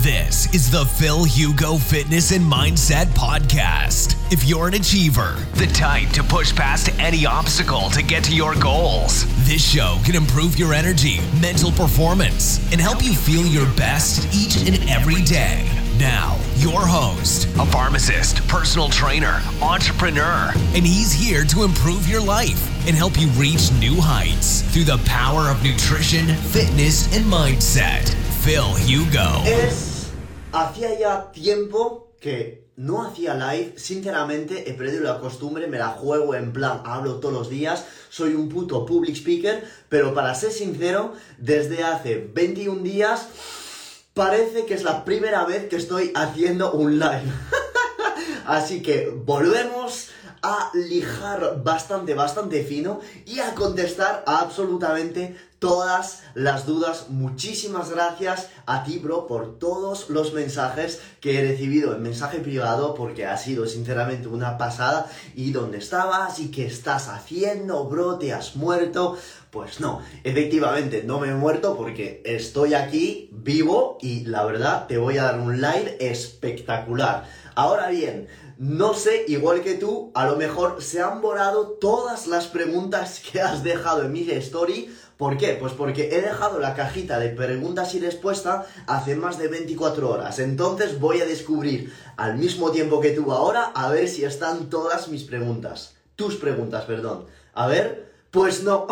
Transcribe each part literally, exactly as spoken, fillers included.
This is the Phil Hugo Fitness and Mindset Podcast. If you're an achiever, the type to push past any obstacle to get to your goals, this show can improve your energy, mental performance, and help you feel your best each and every day. Now, your host, a pharmacist, personal trainer, entrepreneur, and he's here to improve your life and help you reach new heights through the power of nutrition, fitness, and mindset. Phil Hugo. Es, hacía ya tiempo que no hacía live, sinceramente he perdido la costumbre, me la juego en plan, hablo todos los días, soy un puto public speaker, pero para ser sincero, desde hace veintiún días parece que es la primera vez que estoy haciendo un live. Así que volvemos a lijar bastante, bastante fino y a contestar a absolutamente todas las dudas. Muchísimas gracias a ti, bro, por todos los mensajes que he recibido en mensaje privado, porque ha sido sinceramente una pasada. ¿Y dónde estabas? ¿Y qué estás haciendo, bro? ¿Te has muerto? Pues no, efectivamente no me he muerto porque estoy aquí vivo y la verdad te voy a dar un live espectacular. Ahora bien, no sé, igual que tú, a lo mejor se han borrado todas las preguntas que has dejado en mi story. ¿Por qué? Pues porque he dejado la cajita de preguntas y respuestas hace más de veinticuatro horas. Entonces voy a descubrir al mismo tiempo que tú ahora a ver si están todas mis preguntas. Tus preguntas, perdón. A ver, pues no.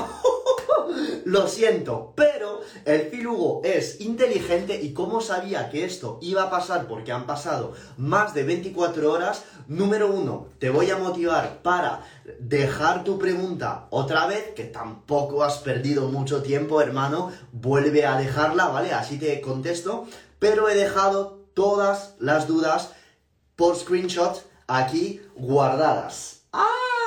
Lo siento, pero el Phil Hugo es inteligente y como sabía que esto iba a pasar porque han pasado más de veinticuatro horas, número uno, te voy a motivar para dejar tu pregunta otra vez, que tampoco has perdido mucho tiempo, hermano, vuelve a dejarla, ¿vale? Así te contesto, pero he dejado todas las dudas por screenshot aquí guardadas. ¡Ah!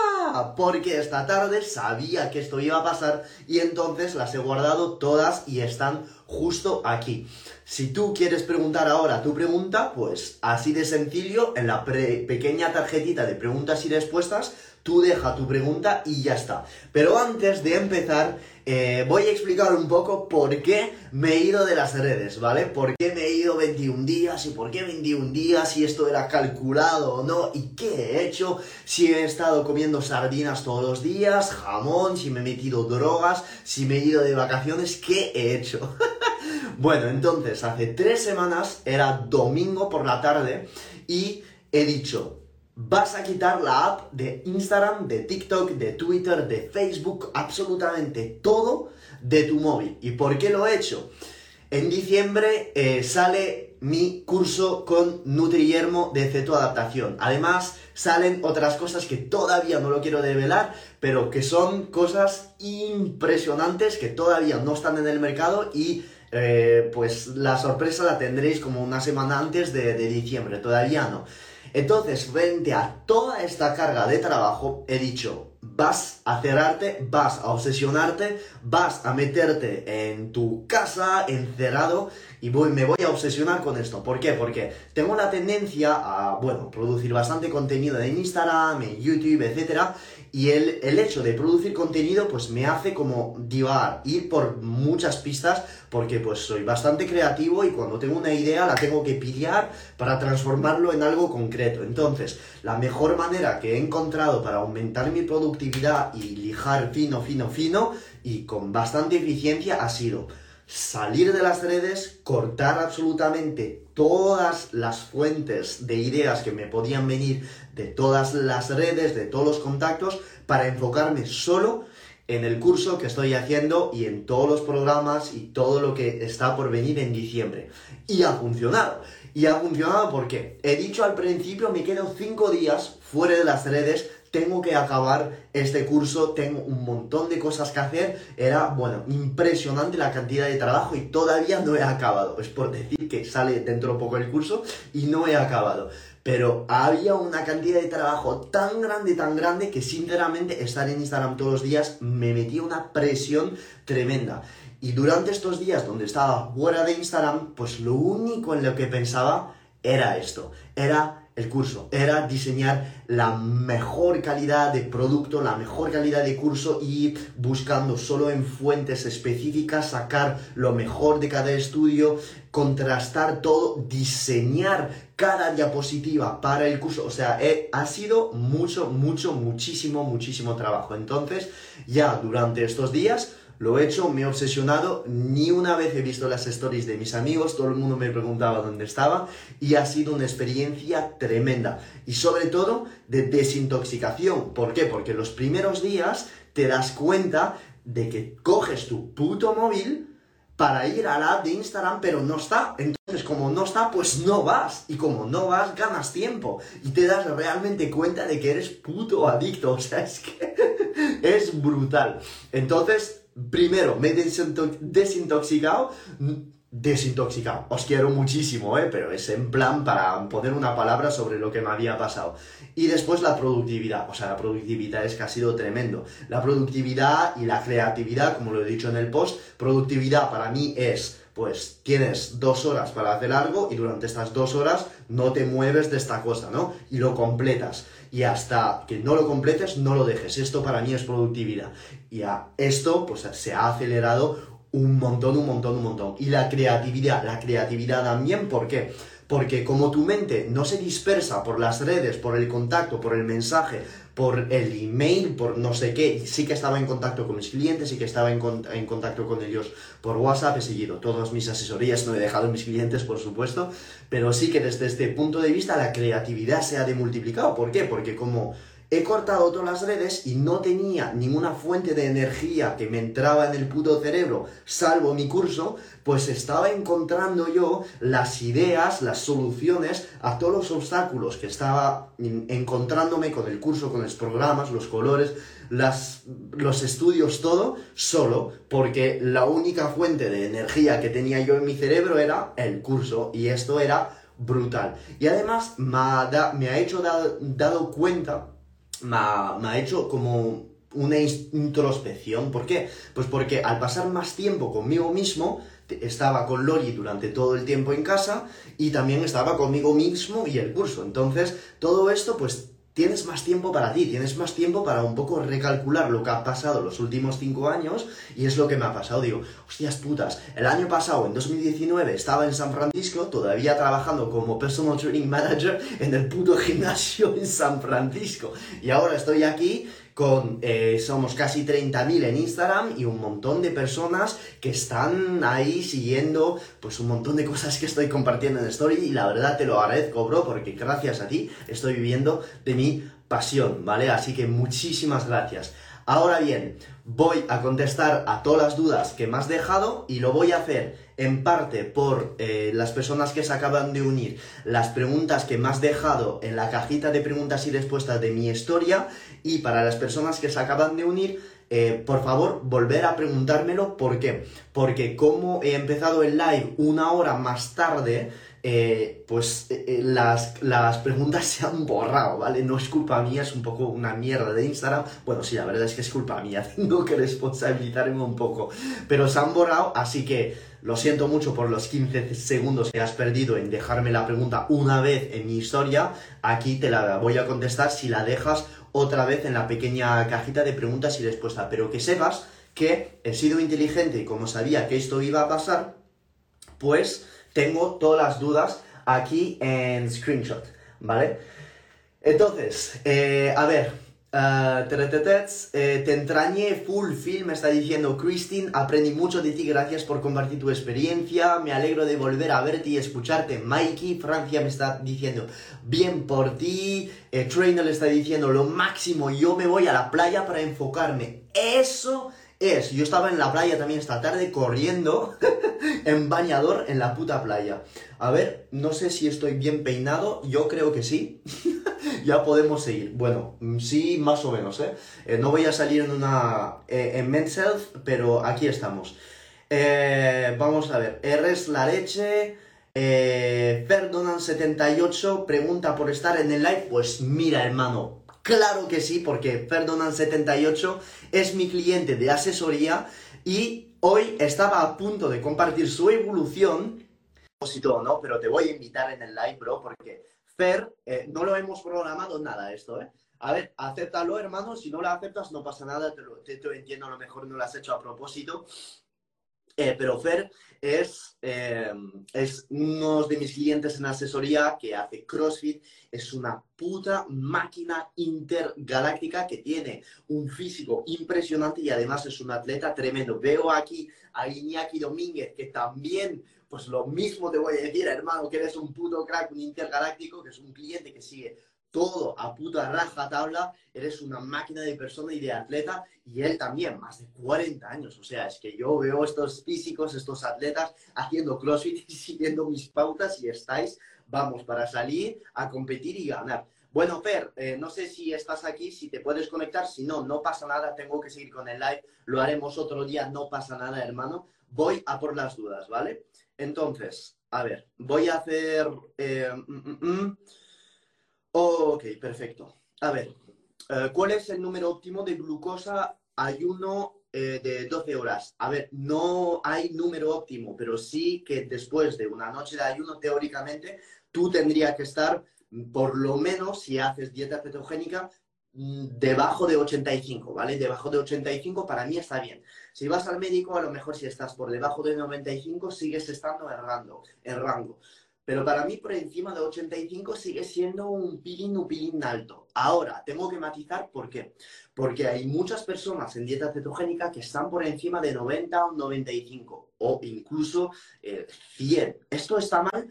Porque esta tarde sabía que esto iba a pasar y entonces las he guardado todas y están justo aquí. Si tú quieres preguntar ahora tu pregunta, pues así de sencillo, en la pre- pequeña tarjetita de preguntas y respuestas, tú deja tu pregunta y ya está. Pero antes de empezar, eh, voy a explicar un poco por qué me he ido de las redes, ¿vale? Por qué me he ido veintiún días y por qué veintiún días, si esto era calculado o no, y qué he hecho, si he estado comiendo sardinas todos los días, jamón, si me he metido drogas, si me he ido de vacaciones, ¿qué he hecho? Bueno, entonces, hace tres semanas, era domingo por la tarde, y he dicho: vas a quitar la app de Instagram, de TikTok, de Twitter, de Facebook, absolutamente todo de tu móvil. ¿Y por qué lo he hecho? En diciembre eh, sale mi curso con Nutriyermo de cetoadaptación. Además, salen otras cosas que todavía no lo quiero develar, pero que son cosas impresionantes que todavía no están en el mercado y eh, pues la sorpresa la tendréis como una semana antes de, de diciembre, todavía no. Entonces, frente a toda esta carga de trabajo, he dicho: vas a cerrarte, vas a obsesionarte, vas a meterte en tu casa, encerrado, y voy, me voy a obsesionar con esto. ¿Por qué? Porque tengo la tendencia a, bueno, producir bastante contenido en Instagram, en YouTube, etcétera, y el, el hecho de producir contenido, pues me hace como divagar, ir por muchas pistas, porque pues soy bastante creativo y cuando tengo una idea la tengo que pillar para transformarlo en algo concreto. Entonces, la mejor manera que he encontrado para aumentar mi productividad y lijar fino, fino, fino y con bastante eficiencia ha sido salir de las redes, cortar absolutamente todas las fuentes de ideas que me podían venir de todas las redes, de todos los contactos, para enfocarme solo en el curso que estoy haciendo y en todos los programas y todo lo que está por venir en diciembre. Y ha funcionado. Y ha funcionado porque he dicho al principio, me quedo cinco días fuera de las redes, tengo que acabar este curso, tengo un montón de cosas que hacer. Era, bueno, impresionante la cantidad de trabajo y todavía no he acabado. Es por decir que sale dentro de poco el curso y no he acabado. Pero había una cantidad de trabajo tan grande, tan grande, que sinceramente estar en Instagram todos los días me metía una presión tremenda. Y durante estos días donde estaba fuera de Instagram, pues lo único en lo que pensaba era esto. Era el curso, era diseñar la mejor calidad de producto, la mejor calidad de curso y buscando solo en fuentes específicas, sacar lo mejor de cada estudio, contrastar todo, diseñar cada diapositiva para el curso. O sea, he, ha sido mucho, mucho, muchísimo, muchísimo trabajo. Entonces, ya durante estos días lo he hecho, me he obsesionado, ni una vez he visto las stories de mis amigos, todo el mundo me preguntaba dónde estaba y ha sido una experiencia tremenda. Y sobre todo de desintoxicación. ¿Por qué? Porque los primeros días te das cuenta de que coges tu puto móvil para ir a la app de Instagram, pero no está. Entonces, como no está, pues no vas. Y como no vas, ganas tiempo. Y te das realmente cuenta de que eres puto adicto. O sea, es que es brutal. Entonces, primero, me he desintox- desintoxicado. Desintoxicado. Os quiero muchísimo, ¿eh? Pero es en plan para poner una palabra sobre lo que me había pasado. Y después la productividad. O sea, la productividad es que ha sido tremendo. La productividad y la creatividad, como lo he dicho en el post, productividad para mí es, pues, tienes dos horas para hacer algo y durante estas dos horas no te mueves de esta cosa, ¿no? Y lo completas. Y hasta que no lo completes, no lo dejes. Esto para mí es productividad. Y a esto, pues, se ha acelerado un montón, un montón, un montón. Y la creatividad, la creatividad también, ¿por qué? Porque como tu mente no se dispersa por las redes, por el contacto, por el mensaje, por el email, por no sé qué, sí que estaba en contacto con mis clientes, sí que estaba en, con, en contacto con ellos por WhatsApp, he seguido todas mis asesorías, no he dejado a mis clientes, por supuesto, pero sí que desde este punto de vista la creatividad se ha demultiplicado. ¿Por qué? Porque como he cortado todas las redes y no tenía ninguna fuente de energía que me entraba en el puto cerebro, salvo mi curso, pues estaba encontrando yo las ideas, las soluciones a todos los obstáculos que estaba encontrándome con el curso, con los programas, los colores, las, los estudios, todo, solo, porque la única fuente de energía que tenía yo en mi cerebro era el curso, y esto era brutal. Y además me ha, da, me ha hecho da, dado cuenta, Me ha, me ha hecho como una introspección. ¿Por qué? Pues porque al pasar más tiempo conmigo mismo, estaba con Lori durante todo el tiempo en casa y también estaba conmigo mismo y el curso. Entonces, todo esto, pues tienes más tiempo para ti, tienes más tiempo para un poco recalcular lo que ha pasado los últimos cinco años y es lo que me ha pasado. Digo, hostias putas, el año pasado, en dos mil diecinueve, estaba en San Francisco, todavía trabajando como personal training manager en el puto gimnasio en San Francisco. Y ahora estoy aquí con, eh, somos casi treinta mil en Instagram y un montón de personas que están ahí siguiendo, pues un montón de cosas que estoy compartiendo en Story y la verdad te lo agradezco, bro, porque gracias a ti estoy viviendo de mi pasión, ¿vale? Así que muchísimas gracias. Ahora bien, voy a contestar a todas las dudas que me has dejado y lo voy a hacer en parte por eh, las personas que se acaban de unir, las preguntas que me has dejado en la cajita de preguntas y respuestas de mi historia, y para las personas que se acaban de unir, eh, por favor, volver a preguntármelo. ¿Por qué? Porque como he empezado el live una hora más tarde, Eh, pues eh, las, las preguntas se han borrado, ¿vale? No es culpa mía, es un poco una mierda de Instagram. Bueno, sí, la verdad es que es culpa mía, tengo que responsabilizarme un poco, pero se han borrado, así que lo siento mucho por los quince segundos que has perdido en dejarme la pregunta una vez en mi historia. Aquí te la voy a contestar si la dejas otra vez en la pequeña cajita de preguntas y respuestas, pero que sepas que he sido inteligente y como sabía que esto iba a pasar, pues tengo todas las dudas aquí en screenshot, ¿vale? Entonces, eh, a ver, uh, teretetets, eh, te entrañé full film, me está diciendo Christine, aprendí mucho de ti, gracias por compartir tu experiencia, me alegro de volver a verte y escucharte. Mikey, Francia, me está diciendo, bien por ti. eh, Trainer le está diciendo, lo máximo, yo me voy a la playa para enfocarme. Eso es, yo estaba en la playa también esta tarde corriendo en bañador en la puta playa. A ver, no sé si estoy bien peinado, yo creo que sí. Ya podemos seguir. Bueno, sí, más o menos, ¿eh? eh no voy a salir en una eh, en Men's Health, pero aquí estamos. Eh, vamos a ver, eres la leche. eh, Ferdonan setenta y ocho pregunta por estar en el live. Pues mira, hermano, claro que sí, porque Ferdonan setenta y ocho es mi cliente de asesoría y hoy estaba a punto de compartir su evolución, ¿no? Pero te voy a invitar en el live, bro, porque Fer, eh, no lo hemos programado nada esto, ¿eh? A ver, acéptalo, hermano. Si no lo aceptas, no pasa nada. Te lo, te, te lo entiendo, a lo mejor no lo has hecho a propósito. Eh, pero Fer es, eh, es uno de mis clientes en asesoría que hace CrossFit. Es una puta máquina intergaláctica que tiene un físico impresionante y además es un atleta tremendo. Veo aquí a Iñaki Domínguez, que también, pues lo mismo te voy a decir, hermano, que eres un puto crack, un intergaláctico, que es un cliente que sigue todo a puta raja tabla, eres una máquina de persona y de atleta, y él también, más de cuarenta años, o sea, es que yo veo estos físicos, estos atletas haciendo CrossFit y siguiendo mis pautas y estáis, vamos, para salir a competir y ganar. Bueno, Fer, eh, no sé si estás aquí, si te puedes conectar, si no, no pasa nada, tengo que seguir con el live, lo haremos otro día, no pasa nada, hermano, voy a por las dudas, ¿vale? Entonces, a ver, voy a hacer... Eh, mm, mm, mm. Ok, perfecto. A ver, eh, ¿cuál es el número óptimo de glucosa ayuno eh, de doce horas? A ver, no hay número óptimo, pero sí que después de una noche de ayuno, teóricamente, tú tendrías que estar, mm, por lo menos, si haces dieta cetogénica, mm, debajo de ochenta y cinco, ¿vale? Debajo de ochenta y cinco para mí está bien. Si vas al médico, a lo mejor si estás por debajo de noventa y cinco, sigues estando en rango, en rango. Pero para mí, por encima de ochenta y cinco sigue siendo un pilín, un pilín alto. Ahora, tengo que matizar por qué. Porque hay muchas personas en dieta cetogénica que están por encima de noventa o noventa y cinco, o incluso eh, cien. ¿Esto está mal?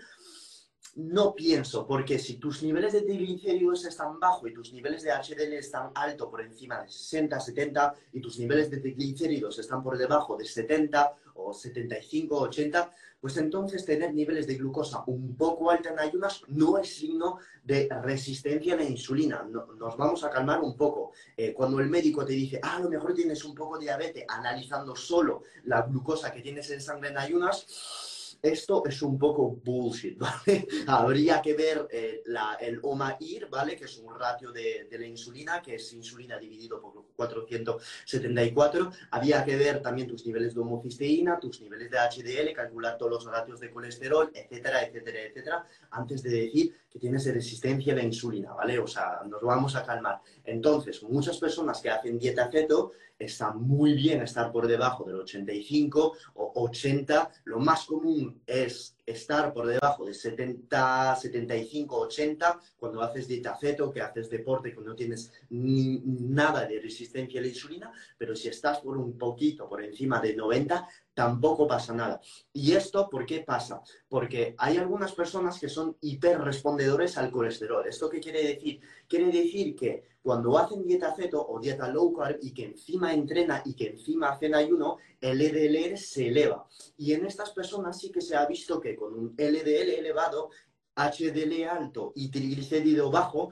No pienso, porque si tus niveles de triglicéridos están bajos y tus niveles de H D L están altos, por encima de sesenta, setenta, y tus niveles de triglicéridos están por debajo de setenta o setenta y cinco, ochenta, pues entonces tener niveles de glucosa un poco alta en ayunas no es signo de resistencia a la insulina. No, nos vamos a calmar un poco. Eh, cuando el médico te dice, ah, a lo mejor tienes un poco de diabetes, analizando solo la glucosa que tienes en sangre en ayunas, esto es un poco bullshit, ¿vale? Habría que ver eh, la, el OMA-I R, ¿vale? Que es un ratio de, de la insulina, que es insulina dividido por cuatrocientos setenta y cuatro. Habría que ver también tus niveles de homocisteína, tus niveles de H D L, calcular todos los ratios de colesterol, etcétera, etcétera, etcétera, antes de decir que tienes resistencia a la insulina, ¿vale? O sea, nos vamos a calmar. Entonces, muchas personas que hacen dieta keto está muy bien estar por debajo del ochenta y cinco o ochenta. Lo más común es estar por debajo de setenta, setenta y cinco, ochenta cuando haces dieta keto, que haces deporte, que no tienes ni nada de resistencia a la insulina, pero si estás por un poquito por encima de noventa, tampoco pasa nada. ¿Y esto por qué pasa? Porque hay algunas personas que son hiperrespondedores al colesterol. ¿Esto qué quiere decir? Quiere decir que cuando hacen dieta keto o dieta low carb y que encima entrena y que encima hacen ayuno, el L D L se eleva. Y en estas personas sí que se ha visto que con un L D L elevado, H D L alto y triglicérido bajo,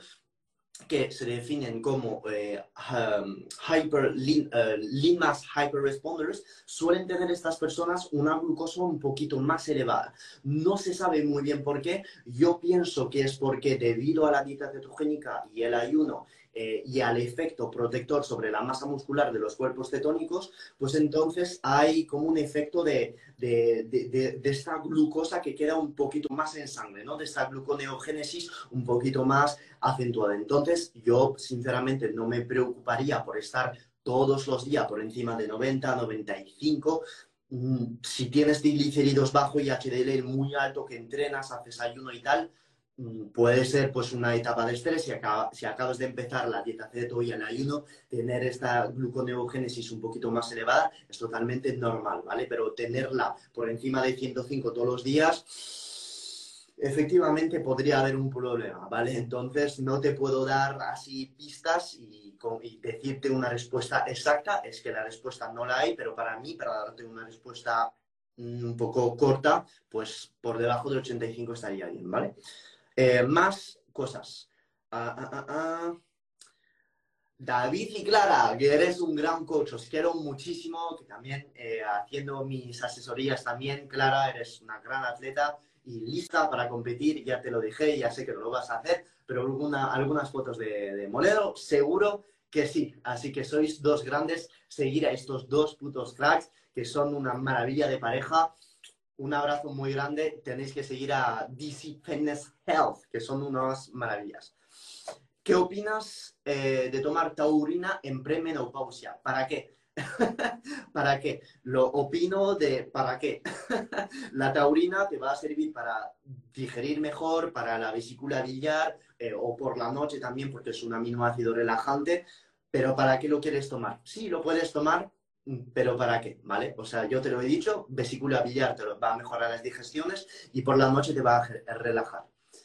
que se definen como eh, um, hyper lean, uh, lean mass hyper responders, suelen tener estas personas una glucosa un poquito más elevada. No se sabe muy bien por qué. Yo pienso que es porque debido a la dieta cetogénica y el ayuno eh, y al efecto protector sobre la masa muscular de los cuerpos cetónicos, pues entonces hay como un efecto de, de, de, de, de esta glucosa que queda un poquito más en sangre, ¿no? De esta gluconeogénesis un poquito más acentuada. Entonces, yo sinceramente no me preocuparía por estar todos los días por encima de noventa, noventa y cinco. Si tienes triglicéridos bajo y H D L muy alto, que entrenas, haces ayuno y tal, puede ser pues una etapa de estrés. Si, acaba, si acabas de empezar la dieta keto y el ayuno, tener esta gluconeogénesis un poquito más elevada es totalmente normal, ¿vale? Pero tenerla por encima de ciento cinco todos los días, efectivamente podría haber un problema, ¿vale? Entonces no te puedo dar así pistas y, y decirte una respuesta exacta. Es que la respuesta no la hay, pero para mí, para darte una respuesta un poco corta, pues por debajo de ochenta y cinco estaría bien, ¿vale? Eh, más cosas. Ah, ah, ah, ah. David y Clara, que eres un gran coach, os quiero muchísimo, que también eh, haciendo mis asesorías también, Clara, eres una gran atleta y lista para competir. Ya te lo dije, ya sé que no lo vas a hacer, pero alguna, algunas fotos de, de Moledo, seguro que sí. Así que sois dos grandes, seguir a estos dos putos cracks, que son una maravilla de pareja. Un abrazo muy grande. Tenéis que seguir a D C Fitness Health, que son unas maravillas. ¿Qué opinas eh, de tomar taurina en premenopausia? ¿Para qué? ¿Para qué? Lo opino de ¿para qué? La taurina te va a servir para digerir mejor, para la vesícula biliar eh, o por la noche también porque es un aminoácido relajante. Pero ¿para qué lo quieres tomar? Sí, lo puedes tomar, pero ¿para qué? ¿Vale? O sea, yo te lo he dicho, vesícula biliar te lo va a mejorar las digestiones y por la noche te va a relajar.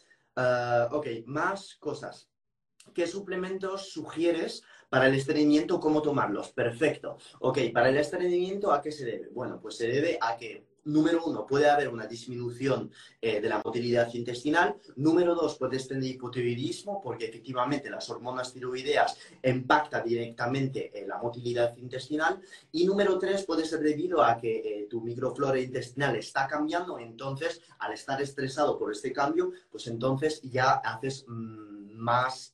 Uh, ok, más cosas. ¿Qué suplementos sugieres para el estreñimiento? ¿Cómo tomarlos? Perfecto. Ok, para el estreñimiento, ¿a qué se debe? Bueno, pues se debe a que, número uno, puede haber una disminución eh, de la motilidad intestinal. Número dos, puedes tener hipotiroidismo, porque efectivamente las hormonas tiroideas impactan directamente en la motilidad intestinal. Y número tres, puede ser debido a que eh, tu microflora intestinal está cambiando. Entonces, al estar estresado por este cambio, pues entonces ya haces mmm, más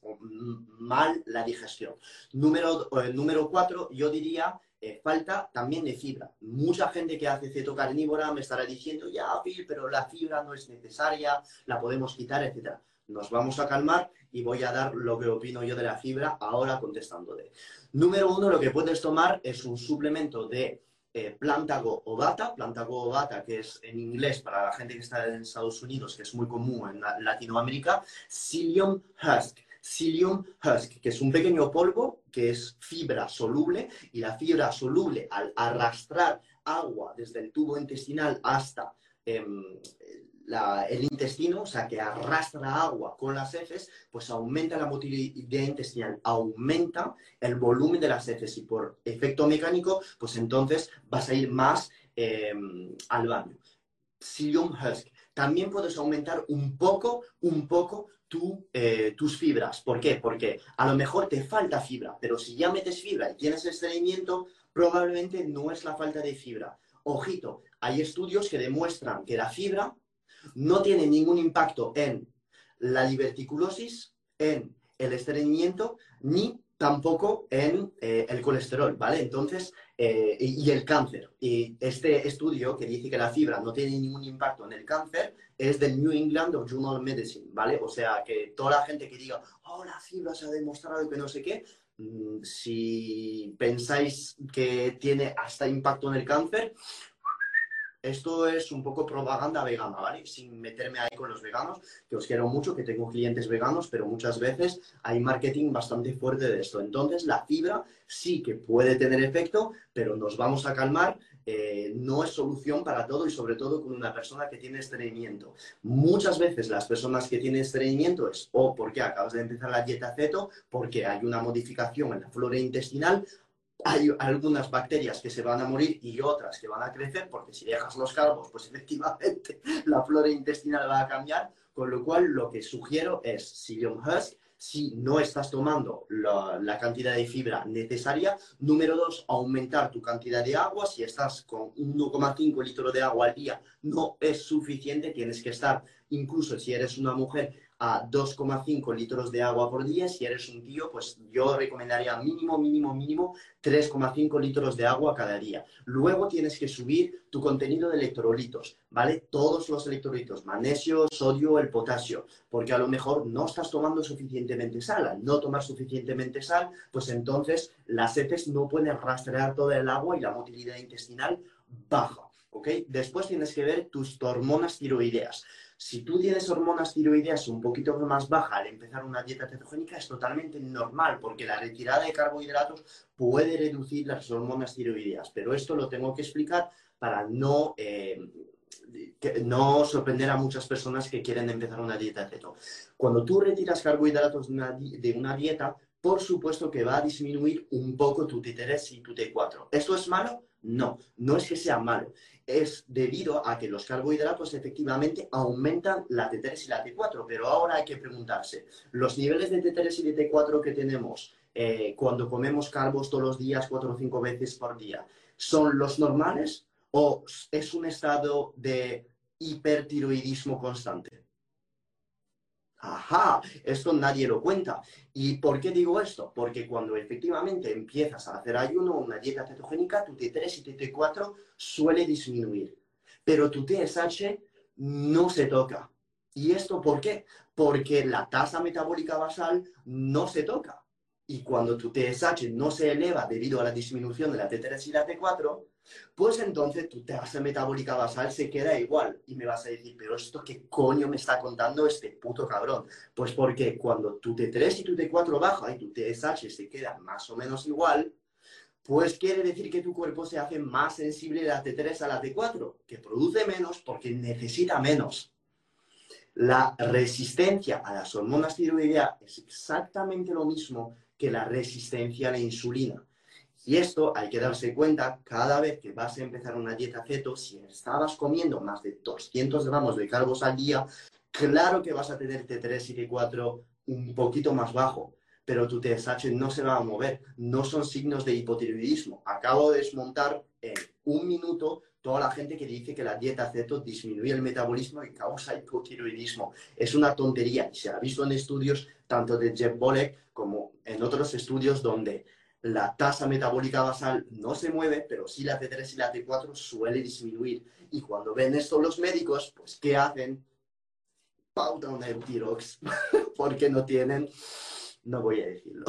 mal la digestión. Número, eh, número cuatro, yo diría eh, falta también de fibra. Mucha gente que hace ceto carnívora me estará diciendo, ya, Phil, pero la fibra no es necesaria, la podemos quitar, etcétera. Nos vamos a calmar y voy a dar lo que opino yo de la fibra ahora contestándole. Número uno, lo que puedes tomar es un suplemento de eh, Plantago ovata, Plantago ovata, que es en inglés para la gente que está en Estados Unidos, que es muy común en Latinoamérica, Psyllium husk. Psyllium husk, que es un pequeño polvo que es fibra soluble, y la fibra soluble al arrastrar agua desde el tubo intestinal hasta eh, la, el intestino, o sea, que arrastra agua con las heces, pues aumenta la motilidad intestinal, aumenta el volumen de las heces y por efecto mecánico, pues entonces vas a ir más eh, al baño. Psyllium husk. También puedes aumentar un poco, un poco tu, eh, tus fibras. ¿Por qué? Porque a lo mejor te falta fibra, pero si ya metes fibra y tienes estreñimiento, probablemente no es la falta de fibra. Ojito, hay estudios que demuestran que la fibra no tiene ningún impacto en la diverticulosis, en el estreñimiento, ni tampoco en eh, el colesterol, ¿vale? Entonces, eh, y, y el cáncer. Y este estudio que dice que la fibra no tiene ningún impacto en el cáncer es del New England Journal of Medicine, ¿vale? O sea, que toda la gente que diga, oh, la fibra se ha demostrado que no sé qué, mmm, si pensáis que tiene hasta impacto en el cáncer, esto es un poco propaganda vegana, ¿vale? Sin meterme ahí con los veganos, que os quiero mucho, que tengo clientes veganos, pero muchas veces hay marketing bastante fuerte de esto. Entonces, la fibra sí que puede tener efecto, pero nos vamos a calmar. Eh, no es solución para todo y sobre todo con una persona que tiene estreñimiento. Muchas veces las personas que tienen estreñimiento es o porque acabas de empezar la dieta ceto, porque hay una modificación en la flora intestinal. Hay algunas bacterias que se van a morir y otras que van a crecer, porque si dejas los carbos, pues efectivamente la flora intestinal va a cambiar, con lo cual lo que sugiero es Psyllium husk, si no estás tomando la, la cantidad de fibra necesaria. Número dos, aumentar tu cantidad de agua. Si estás con uno coma cinco litros de agua al día, no es suficiente, tienes que estar, incluso si eres una mujer, a dos coma cinco litros de agua por día. Si eres un tío, pues yo recomendaría mínimo, mínimo, mínimo tres coma cinco litros de agua cada día. Luego tienes que subir tu contenido de electrolitos, ¿vale? Todos los electrolitos, magnesio, sodio, el potasio, porque a lo mejor no estás tomando suficientemente sal. Al no tomar suficientemente sal, pues entonces las heces no pueden rastrear todo el agua y la motilidad intestinal baja, ¿ok? Después tienes que ver tus hormonas tiroideas. Si tú tienes hormonas tiroideas un poquito más bajas al empezar una dieta cetogénica, es totalmente normal, porque la retirada de carbohidratos puede reducir las hormonas tiroideas. Pero esto lo tengo que explicar para no, eh, que, no sorprender a muchas personas que quieren empezar una dieta ceto. Cuando tú retiras carbohidratos de una, de una dieta, por supuesto que va a disminuir un poco tu T tres y tu T cuatro. ¿Esto es malo? No, no es que sea malo. Es debido a que los carbohidratos efectivamente aumentan la T tres y la T cuatro. Pero ahora hay que preguntarse, ¿los niveles de T tres y de T cuatro que tenemos eh, cuando comemos carbos todos los días, cuatro o cinco veces por día, son los normales o es un estado de hipertiroidismo constante? Ajá, esto nadie lo cuenta. ¿Y por qué digo esto? Porque cuando efectivamente empiezas a hacer ayuno, una dieta cetogénica, tu T tres y tu T cuatro suele disminuir. pero tu T S H no se toca. ¿Y esto por qué? Porque la tasa metabólica basal no se toca. Y cuando tu T S H no se eleva debido a la disminución de la T tres y la T cuatro, pues entonces tu tasa metabólica basal se queda igual. Y me vas a decir, pero ¿esto qué coño me está contando este puto cabrón? Pues porque cuando tu T tres y tu T cuatro baja y tu T S H se queda más o menos igual, pues quiere decir que tu cuerpo se hace más sensible de la T tres a la T cuatro, que produce menos porque necesita menos. La resistencia a las hormonas tiroideas es exactamente lo mismo que la resistencia a la insulina. Y esto hay que darse cuenta cada vez que vas a empezar una dieta keto. Si estabas comiendo más de doscientos gramos de carbos al día, claro que vas a tener T tres y T cuatro un poquito más bajo, pero tu T S H no se va a mover. No son signos de hipotiroidismo. Acabo de desmontar en un minuto toda la gente que dice que la dieta keto disminuye el metabolismo y causa hipotiroidismo. Es una tontería y se ha visto en estudios tanto de Jeff Volek como en otros estudios donde la tasa metabólica basal no se mueve, pero sí la T tres y la T cuatro suele disminuir. Y cuando ven esto los médicos, pues ¿qué hacen? Pauta un Eutirox, porque no tienen, no voy a decirlo.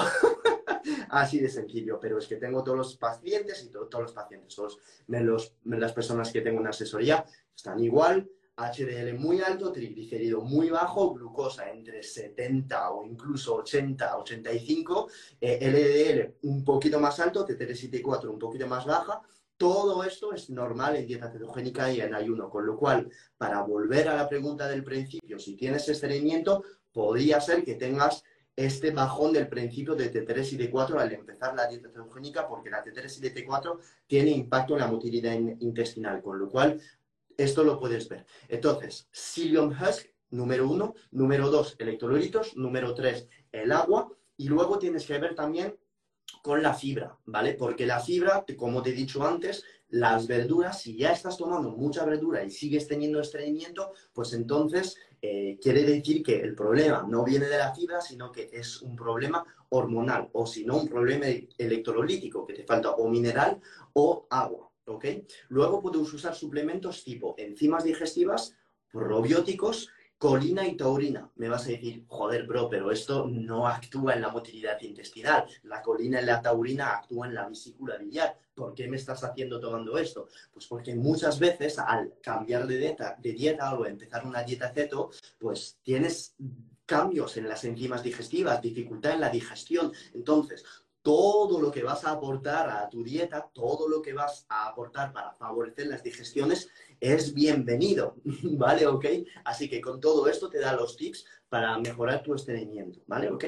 Así de sencillo, pero es que tengo todos los pacientes y to todos los pacientes, todos me los, me las personas que tengo en asesoría están igual, H D L muy alto, triglicérido muy bajo, glucosa entre setenta o incluso ochenta, ochenta y cinco, eh, L D L un poquito más alto, T tres y T cuatro un poquito más baja. Todo esto es normal en dieta cetogénica y en ayuno, con lo cual, para volver a la pregunta del principio, si tienes estreñimiento, podría ser que tengas este bajón del principio de T tres y T cuatro al empezar la dieta cetogénica, porque la T tres y la T cuatro tiene impacto en la motilidad intestinal, con lo cual esto lo puedes ver. Entonces, Psyllium Husk, número uno. Número dos, electrolitos. Número tres, el agua. Y luego tienes que ver también con la fibra, ¿vale? Porque la fibra, como te he dicho antes, las verduras, si ya estás tomando mucha verdura y sigues teniendo estreñimiento, pues entonces eh, quiere decir que el problema no viene de la fibra, sino que es un problema hormonal, o si no, un problema electrolítico, que te falta o mineral o agua, ¿ok? Luego puedes usar suplementos tipo enzimas digestivas, probióticos, colina y taurina. Me vas a decir, joder, bro, pero esto no actúa en la motilidad intestinal. La colina y la taurina actúan en la vesícula biliar. ¿Por qué me estás haciendo tomando esto? Pues porque muchas veces al cambiar de dieta, de dieta o empezar una dieta keto, pues tienes cambios en las enzimas digestivas, dificultad en la digestión. Entonces, todo lo que vas a aportar a tu dieta, todo lo que vas a aportar para favorecer las digestiones es bienvenido, ¿vale? ¿Ok? Así que con todo esto te da los tips para mejorar tu estreñimiento, ¿vale? ¿Ok?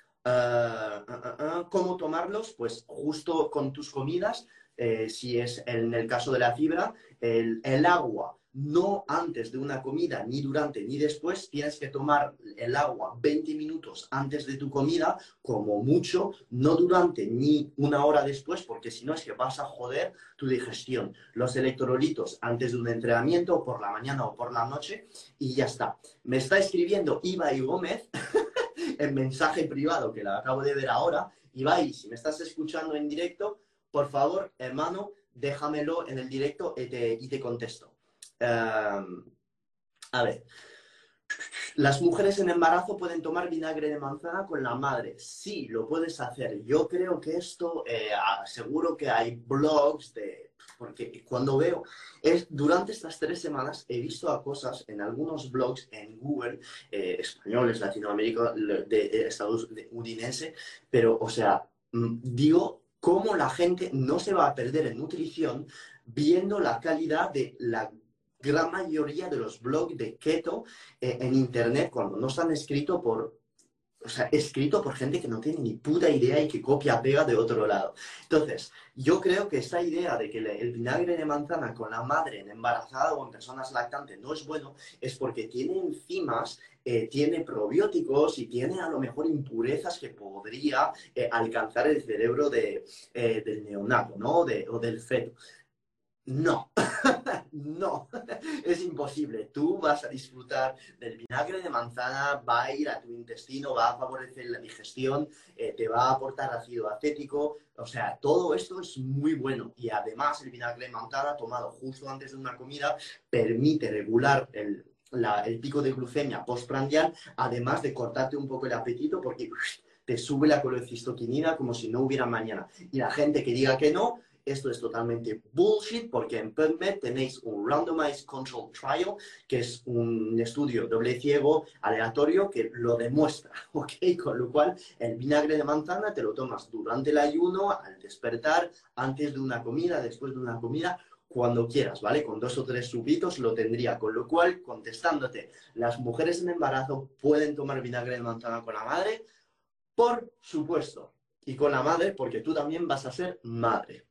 Uh, uh, uh, uh, ¿Cómo tomarlos? Pues justo con tus comidas, eh, si es en el caso de la fibra, el, el agua. No antes de una comida, ni durante, ni después, tienes que tomar el agua veinte minutos antes de tu comida, como mucho, no durante ni una hora después, porque si no es que vas a joder tu digestión. Los electrolitos antes de un entrenamiento, por la mañana o por la noche, y ya está. Me está escribiendo Ibai Gómez en mensaje privado, que la acabo de ver ahora. Ibai, si me estás escuchando en directo, por favor, hermano, déjamelo en el directo y te, y te contesto. Um, a ver, ¿las mujeres en embarazo pueden tomar vinagre de manzana con la madre? Sí, lo puedes hacer. Yo creo que esto, eh, seguro que hay blogs de... Porque cuando veo, es, durante estas tres semanas he visto a cosas en algunos blogs en Google, eh, españoles, Latinoamérica, de, de estadounidense, pero, o sea, digo, cómo la gente no se va a perder en nutrición viendo la calidad de la gran mayoría de los blogs de keto eh, en internet, cuando no están escritos por, o sea, escrito por gente que no tiene ni puta idea y que copia pega de otro lado. Entonces, yo creo que esta idea de que el vinagre de manzana con la madre en embarazada o en personas lactantes no es bueno, es porque tiene enzimas, eh, tiene probióticos y tiene a lo mejor impurezas que podría eh, alcanzar el cerebro de, eh, del neonato, ¿no? De, o del feto. No, no, es imposible. Tú vas a disfrutar del vinagre de manzana, va a ir a tu intestino, va a favorecer la digestión, eh, te va a aportar ácido acético, o sea, todo esto es muy bueno. Y además el vinagre de manzana tomado justo antes de una comida permite regular el, la- el pico de glucemia postprandial, además de cortarte un poco el apetito porque uf, te sube la colecistoquinina como si no hubiera mañana. Y la gente que diga que no, esto es totalmente bullshit porque en PubMed tenéis un Randomized Control Trial, que es un estudio doble ciego aleatorio que lo demuestra, ¿ok? Con lo cual, el vinagre de manzana te lo tomas durante el ayuno, al despertar, antes de una comida, después de una comida, cuando quieras, ¿vale? Con dos o tres subitos lo tendría. Con lo cual, contestándote, ¿las mujeres en embarazo pueden tomar vinagre de manzana con la madre? Por supuesto. Y con la madre, porque tú también vas a ser madre.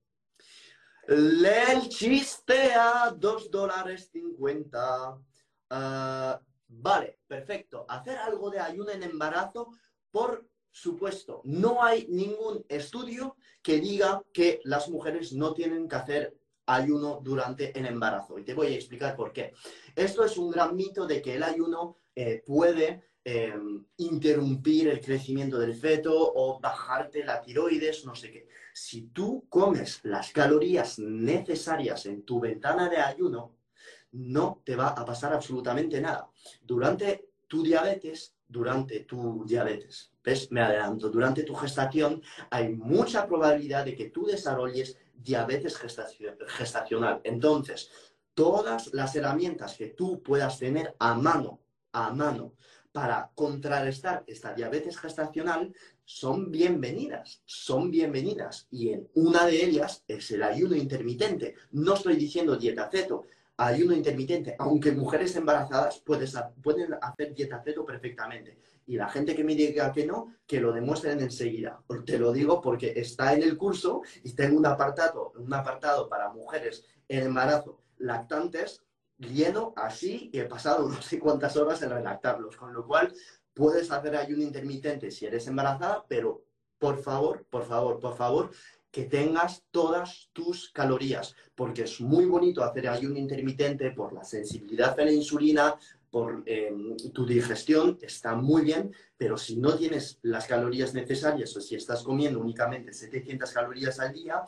Lee el chiste a dos dólares cincuenta. Ah, vale, perfecto. Hacer algo de ayuno en embarazo, por supuesto. No hay ningún estudio que diga que las mujeres no tienen que hacer ayuno durante el embarazo. Y te voy a explicar por qué. Esto es un gran mito de que el ayuno eh, puede eh, interrumpir el crecimiento del feto o bajarte la tiroides, no sé qué. Si tú comes las calorías necesarias en tu ventana de ayuno, no te va a pasar absolutamente nada. Durante tu diabetes, durante tu diabetes, ¿ves? Me adelanto, durante tu gestación hay mucha probabilidad de que tú desarrolles diabetes gestacional. Entonces, todas las herramientas que tú puedas tener a mano, a mano, para contrarrestar esta diabetes gestacional son bienvenidas, son bienvenidas. Y en una de ellas es el ayuno intermitente. No estoy diciendo dieta keto, ayuno intermitente, aunque mujeres embarazadas puedes, pueden hacer dieta keto perfectamente. Y la gente que me diga que no, que lo demuestren enseguida. Te lo digo porque está en el curso y tengo un apartado, un apartado para mujeres en embarazo lactantes lleno así y he pasado no sé cuántas horas en redactarlos, con lo cual puedes hacer ayuno intermitente si eres embarazada, pero por favor, por favor, por favor, que tengas todas tus calorías, porque es muy bonito hacer ayuno intermitente por la sensibilidad a la insulina, por eh, tu digestión, está muy bien, pero si no tienes las calorías necesarias o si estás comiendo únicamente setecientas calorías al día,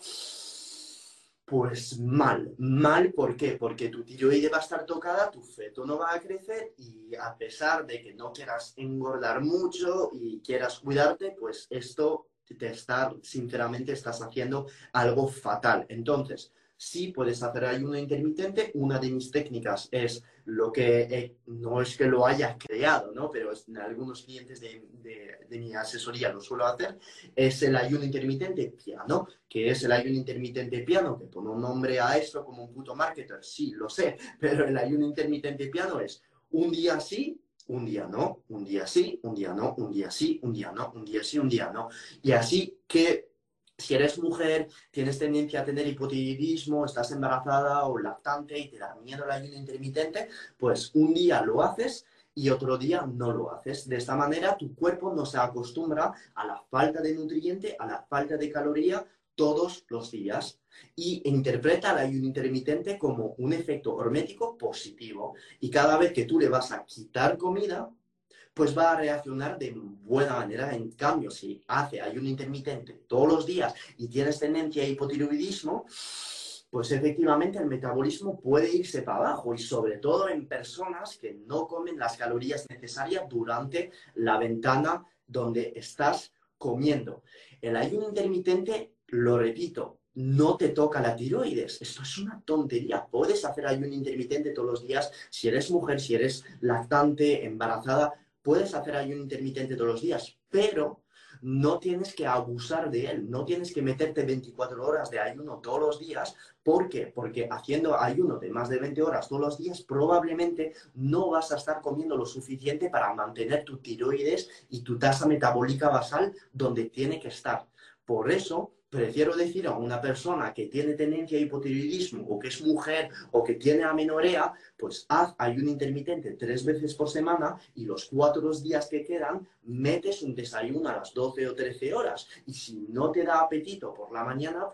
pues mal, mal, ¿por qué? Porque tu tiroide va a estar tocada, tu feto no va a crecer y a pesar de que no quieras engordar mucho y quieras cuidarte, pues esto te está, sinceramente, estás haciendo algo fatal. Entonces, sí puedes hacer ayuno intermitente. Una de mis técnicas es lo que, eh, no es que lo haya creado, ¿no? Pero es, algunos clientes de, de, de mi asesoría lo suelo hacer, es el ayuno intermitente piano, que es el ayuno intermitente piano, que pone un nombre a esto como un puto marketer, sí, lo sé, pero el ayuno intermitente piano es un día sí, un día no, un día sí, un día no, un día sí, un día no, un día sí, un día no. Y así que si eres mujer, tienes tendencia a tener hipotiroidismo, estás embarazada o lactante y te da miedo el ayuno intermitente, pues un día lo haces y otro día no lo haces. De esta manera tu cuerpo no se acostumbra a la falta de nutriente, a la falta de caloría todos los días y interpreta el ayuno intermitente como un efecto hormético positivo. Y cada vez que tú le vas a quitar comida, pues va a reaccionar de buena manera. En cambio, si hace ayuno intermitente todos los días y tienes tendencia a hipotiroidismo, pues efectivamente el metabolismo puede irse para abajo y sobre todo en personas que no comen las calorías necesarias durante la ventana donde estás comiendo. El ayuno intermitente, lo repito, no te toca la tiroides. Esto es una tontería. Puedes hacer ayuno intermitente todos los días. Si eres mujer, si eres lactante, embarazada, puedes hacer ayuno intermitente todos los días, pero no tienes que abusar de él, no tienes que meterte veinticuatro horas de ayuno todos los días. ¿Por qué? Porque haciendo ayuno de más de veinte horas todos los días, probablemente no vas a estar comiendo lo suficiente para mantener tu tiroides y tu tasa metabólica basal donde tiene que estar. Por eso, prefiero decir a una persona que tiene tendencia a hipotiroidismo o que es mujer o que tiene amenorrea, pues haz ayuno intermitente tres veces por semana y los cuatro días que quedan metes un desayuno a las doce o trece horas. Y si no te da apetito por la mañana, pues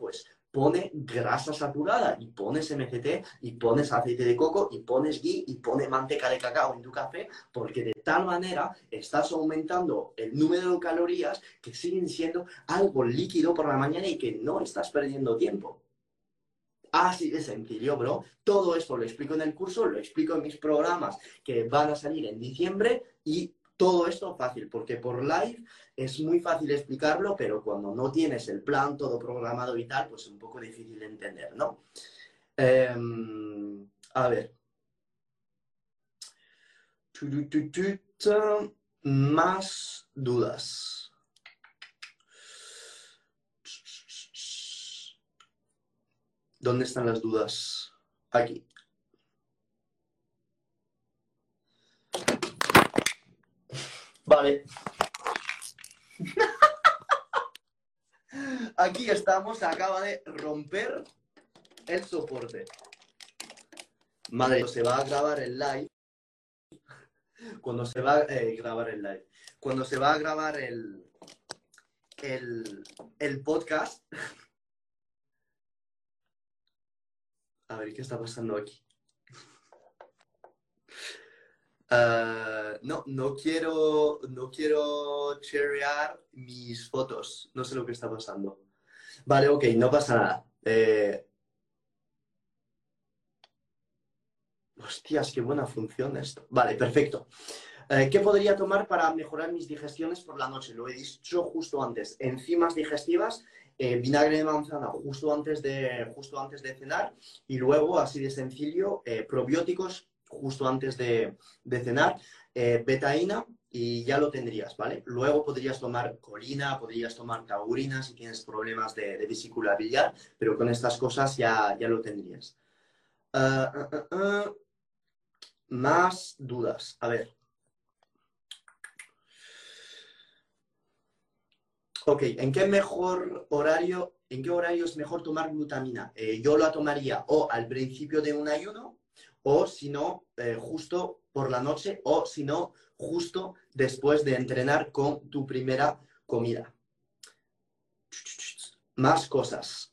pone grasa saturada y pones M C T y pones aceite de coco y pones ghee y pones manteca de cacao en tu café, porque de tal manera estás aumentando el número de calorías que siguen siendo algo líquido por la mañana y que no estás perdiendo tiempo. Así de sencillo, bro. Todo esto lo explico en el curso, lo explico en mis programas que van a salir en diciembre y todo esto fácil, porque por live es muy fácil explicarlo, pero cuando no tienes el plan todo programado y tal, pues es un poco difícil de entender, ¿no? Eh, a ver. Más dudas. ¿Dónde están las dudas? Aquí. Vale. Aquí estamos, acaba de romper el soporte. Madre, se va a grabar el live. Cuando se va a eh, grabar el live. Cuando se va a grabar el, el, el podcast. A ver, ¿qué está pasando aquí? Uh, no, no quiero, no quiero sharear mis fotos. No sé lo que está pasando. Vale, ok, no pasa nada. Eh... Hostias, qué buena función esto. Vale, perfecto. Eh, ¿Qué podría tomar para mejorar mis digestiones por la noche? Lo he dicho justo antes. Enzimas digestivas, eh, vinagre de manzana justo antes de, justo antes de cenar y luego, así de sencillo, eh, probióticos justo antes de, de cenar, eh, betaína y ya lo tendrías, ¿vale? Luego podrías tomar colina, podrías tomar taurina si tienes problemas de, de vesícula biliar, pero con estas cosas ya, ya lo tendrías. Uh, uh, uh, uh. Más dudas. A ver. Ok, ¿en qué mejor horario, en qué horario es mejor tomar glutamina? Eh, yo la tomaría o al principio de un ayuno, o si no, eh, justo por la noche, o si no, justo después de entrenar con tu primera comida. Más cosas.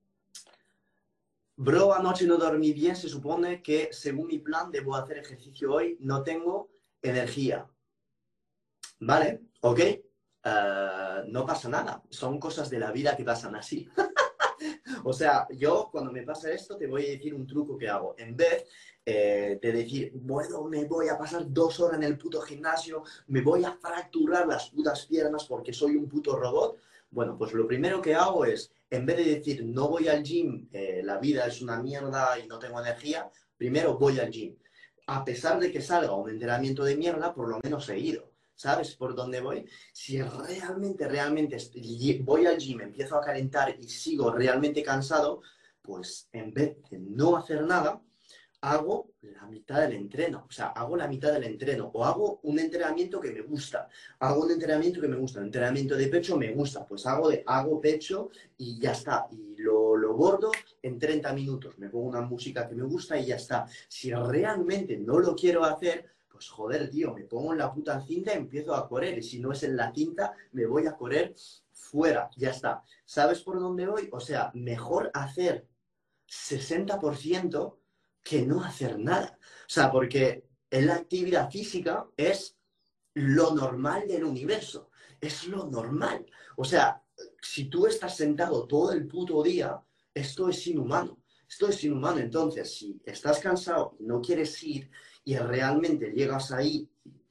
Bro, anoche no dormí bien, se supone que según mi plan debo hacer ejercicio hoy, no tengo energía. ¿Vale? ¿Ok? Uh, no pasa nada, son cosas de la vida que pasan así. O sea, yo cuando me pasa esto te voy a decir un truco que hago. En vez eh, de decir, bueno, me voy a pasar dos horas en el puto gimnasio, me voy a fracturar las putas piernas porque soy un puto robot, bueno, pues lo primero que hago es, en vez de decir, no voy al gym, eh, la vida es una mierda y no tengo energía, primero voy al gym. A pesar de que salga un entrenamiento de mierda, por lo menos he ido. ¿Sabes por dónde voy? Si realmente, realmente voy al gym, empiezo a calentar y sigo realmente cansado, pues en vez de no hacer nada, hago la mitad del entreno. O sea, hago la mitad del entreno. O hago un entrenamiento que me gusta. Hago un entrenamiento que me gusta. Un entrenamiento de pecho me gusta. Pues hago, de, hago pecho y ya está. Y lo, lo bordo en treinta minutos. Me pongo una música que me gusta y ya está. Si realmente no lo quiero hacer, pues joder, tío, me pongo en la puta cinta y empiezo a correr. Y si no es en la cinta, me voy a correr fuera. Ya está. ¿Sabes por dónde voy? O sea, mejor hacer sesenta por ciento que no hacer nada. O sea, porque en la actividad física es lo normal del universo. Es lo normal. O sea, si tú estás sentado todo el puto día, esto es inhumano. Esto es inhumano. Entonces, si estás cansado y no quieres ir y realmente llegas ahí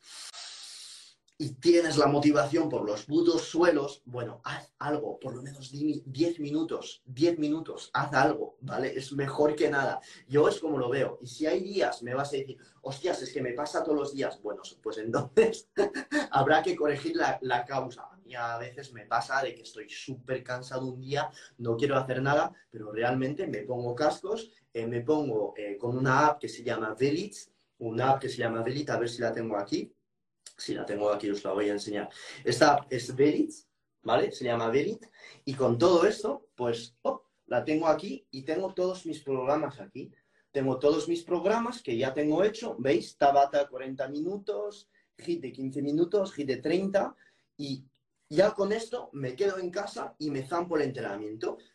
y tienes la motivación por los putos suelos, bueno, haz algo, por lo menos diez minutos, diez minutos, haz algo, ¿vale? Es mejor que nada. Yo es como lo veo. Y si hay días, me vas a decir, hostias, es que me pasa todos los días. Bueno, pues entonces habrá que corregir la, la causa. A mí a veces me pasa de que estoy súper cansado un día, no quiero hacer nada, pero realmente me pongo cascos, eh, me pongo eh, con una app que se llama Velit, una app que se llama Velit, a ver si la tengo aquí. Si la tengo aquí, os la voy a enseñar. Esta es Velit, ¿vale? Se llama Velit. Y con todo esto, pues, oh, la tengo aquí y tengo todos mis programas aquí. Tengo todos mis programas que ya tengo hecho. ¿Veis? Tabata cuarenta minutos, hit de quince minutos, hit de treinta. Y ya con esto me quedo en casa y me zampo el entrenamiento.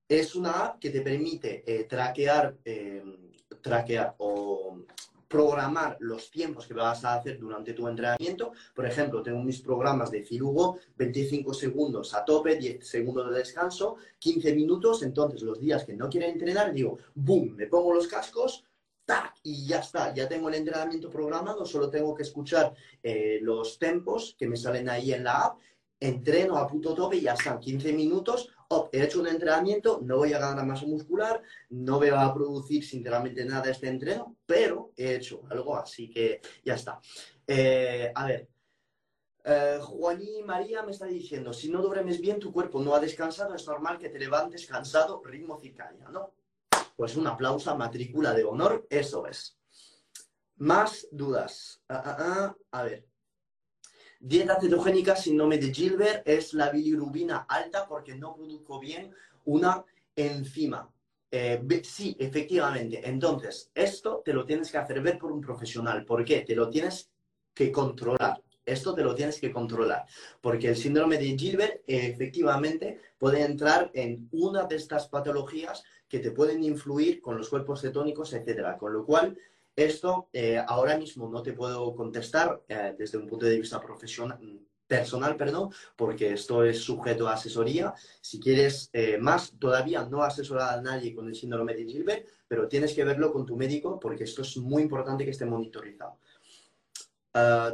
Es una app que te permite eh, traquear, eh, traquear o programar los tiempos que vas a hacer durante tu entrenamiento. Por ejemplo, tengo mis programas de Filugo, veinticinco segundos a tope, diez segundos de descanso, quince minutos. Entonces, los días que no quiero entrenar, digo, boom, me pongo los cascos, ¡tac! Y ya está, ya tengo el entrenamiento programado, solo tengo que escuchar eh, los tempos que me salen ahí en la app, entreno a puto tope y ya están, quince minutos, oh, he hecho un entrenamiento, no voy a ganar masa muscular, no me va a producir sinceramente nada este entreno, pero he hecho algo, así que ya está. Eh, a ver, eh, Juaní María me está diciendo, si no duermes bien, tu cuerpo no ha descansado, es normal que te levantes cansado, ritmo circadiano. Pues un aplauso, matrícula de honor, eso es. Más dudas. Ah, ah, ah, a ver. Dieta cetogénica, síndrome de Gilbert, es la bilirrubina alta porque no produzco bien una enzima. Eh, sí, efectivamente. Entonces, esto te lo tienes que hacer ver por un profesional. ¿Por qué? Te lo tienes que controlar. Esto te lo tienes que controlar. Porque el síndrome de Gilbert, eh, efectivamente, puede entrar en una de estas patologías que te pueden influir con los cuerpos cetónicos, etcétera. Con lo cual, esto eh, ahora mismo no te puedo contestar eh, desde un punto de vista profesional, personal, perdón, porque esto es sujeto a asesoría. Si quieres eh, más, todavía no asesorar a nadie con el síndrome de Gilbert, pero tienes que verlo con tu médico porque esto es muy importante que esté monitorizado. Uh,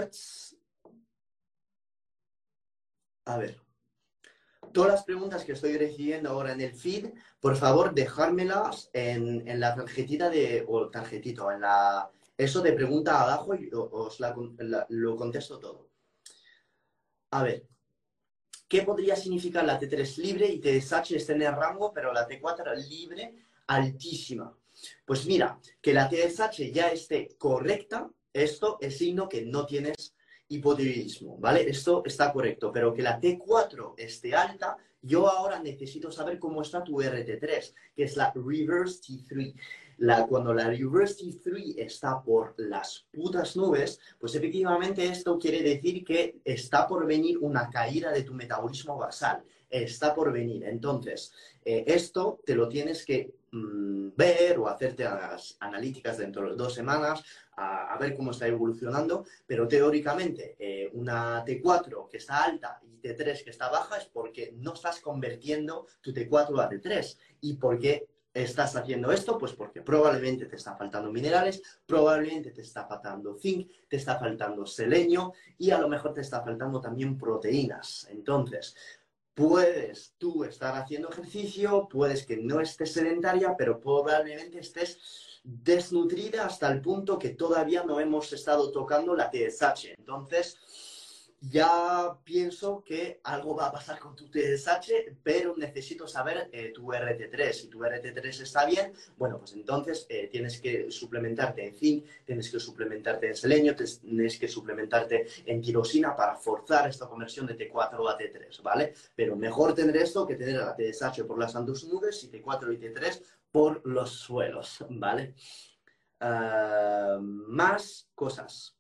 a ver. Todas las preguntas que estoy recibiendo ahora en el feed, por favor, dejármelas en, en la tarjetita de, o tarjetito, en la, eso de pregunta abajo y os la, la, lo contesto todo. A ver, ¿qué podría significar la T tres libre y T S H es tener rango, pero la T cuatro libre altísima? Pues mira, que la T S H ya esté correcta, esto es signo que no tienes hipotiroidismo, ¿vale? Esto está correcto, pero que la T cuatro esté alta, yo ahora necesito saber cómo está tu R T tres, que es la Reverse T tres. La, cuando la Reverse T tres está por las putas nubes, pues efectivamente esto quiere decir que está por venir una caída de tu metabolismo basal. Está por venir. Entonces, eh, esto te lo tienes que mmm, ver o hacerte las analíticas dentro de dos semanas, a, a ver cómo está evolucionando, pero teóricamente eh, una T cuatro que está alta y T tres que está baja es porque no estás convirtiendo tu T cuatro a T tres. ¿Y por qué estás haciendo esto? Pues porque probablemente te está faltando minerales, probablemente te está faltando zinc, te está faltando selenio y a lo mejor te está faltando también proteínas. Entonces, puedes tú estar haciendo ejercicio, puedes que no estés sedentaria, pero probablemente estés desnutrida hasta el punto que todavía no hemos estado tocando la T S H. Entonces, ya pienso que algo va a pasar con tu T S H, pero necesito saber eh, tu R T tres. Si tu R T tres está bien, bueno, pues entonces eh, tienes que suplementarte en zinc, tienes que suplementarte en selenio, tienes que suplementarte en tirosina para forzar esta conversión de T cuatro a T tres, ¿vale? Pero mejor tener esto que tener la T S H por las altas nubes y T cuatro y T tres por los suelos, ¿vale? Uh, más cosas.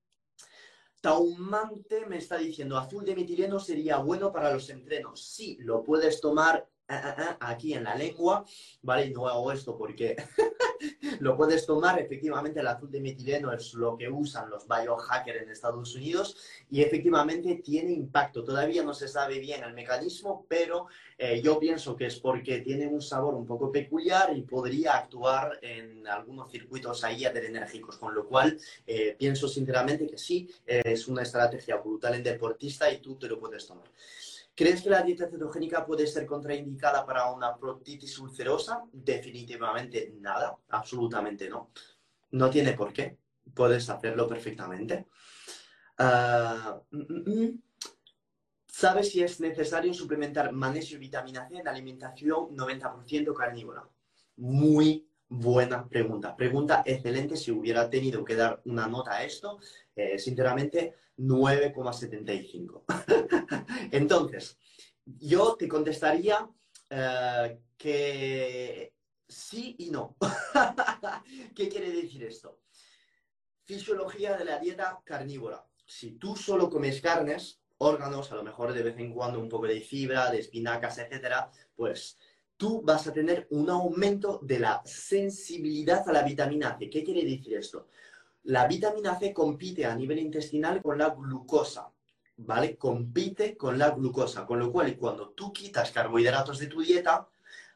Taumante me está diciendo, azul de metileno sería bueno para los entrenos. Sí, lo puedes tomar uh, uh, uh, aquí en la lengua, ¿vale? Y no hago esto porque lo puedes tomar. Efectivamente, el azul de metileno es lo que usan los biohackers en Estados Unidos y efectivamente tiene impacto. Todavía no se sabe bien el mecanismo, pero eh, yo pienso que es porque tiene un sabor un poco peculiar y podría actuar en algunos circuitos ahí adrenérgicos, con lo cual eh, pienso sinceramente que sí, eh, es una estrategia brutal en deportista y tú te lo puedes tomar. ¿Crees que la dieta cetogénica puede ser contraindicada para una proctitis ulcerosa? Definitivamente nada, absolutamente no. No tiene por qué, puedes hacerlo perfectamente. Uh, mm, mm. ¿Sabes si es necesario suplementar magnesio y vitamina C en alimentación noventa por ciento carnívora? Muy buena pregunta. Pregunta excelente. Si hubiera tenido que dar una nota a esto, eh, sinceramente, nueve coma setenta y cinco. Entonces, yo te contestaría uh, que sí y no. ¿Qué quiere decir esto? Fisiología de la dieta carnívora. Si tú solo comes carnes, órganos, a lo mejor de vez en cuando un poco de fibra, de espinacas, etcétera, pues tú vas a tener un aumento de la sensibilidad a la vitamina C. ¿Qué quiere decir esto? La vitamina C compite a nivel intestinal con la glucosa, ¿vale? Compite con la glucosa, con lo cual cuando tú quitas carbohidratos de tu dieta,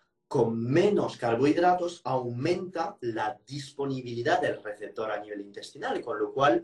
con menos carbohidratos aumenta la disponibilidad del receptor a nivel intestinal, con lo cual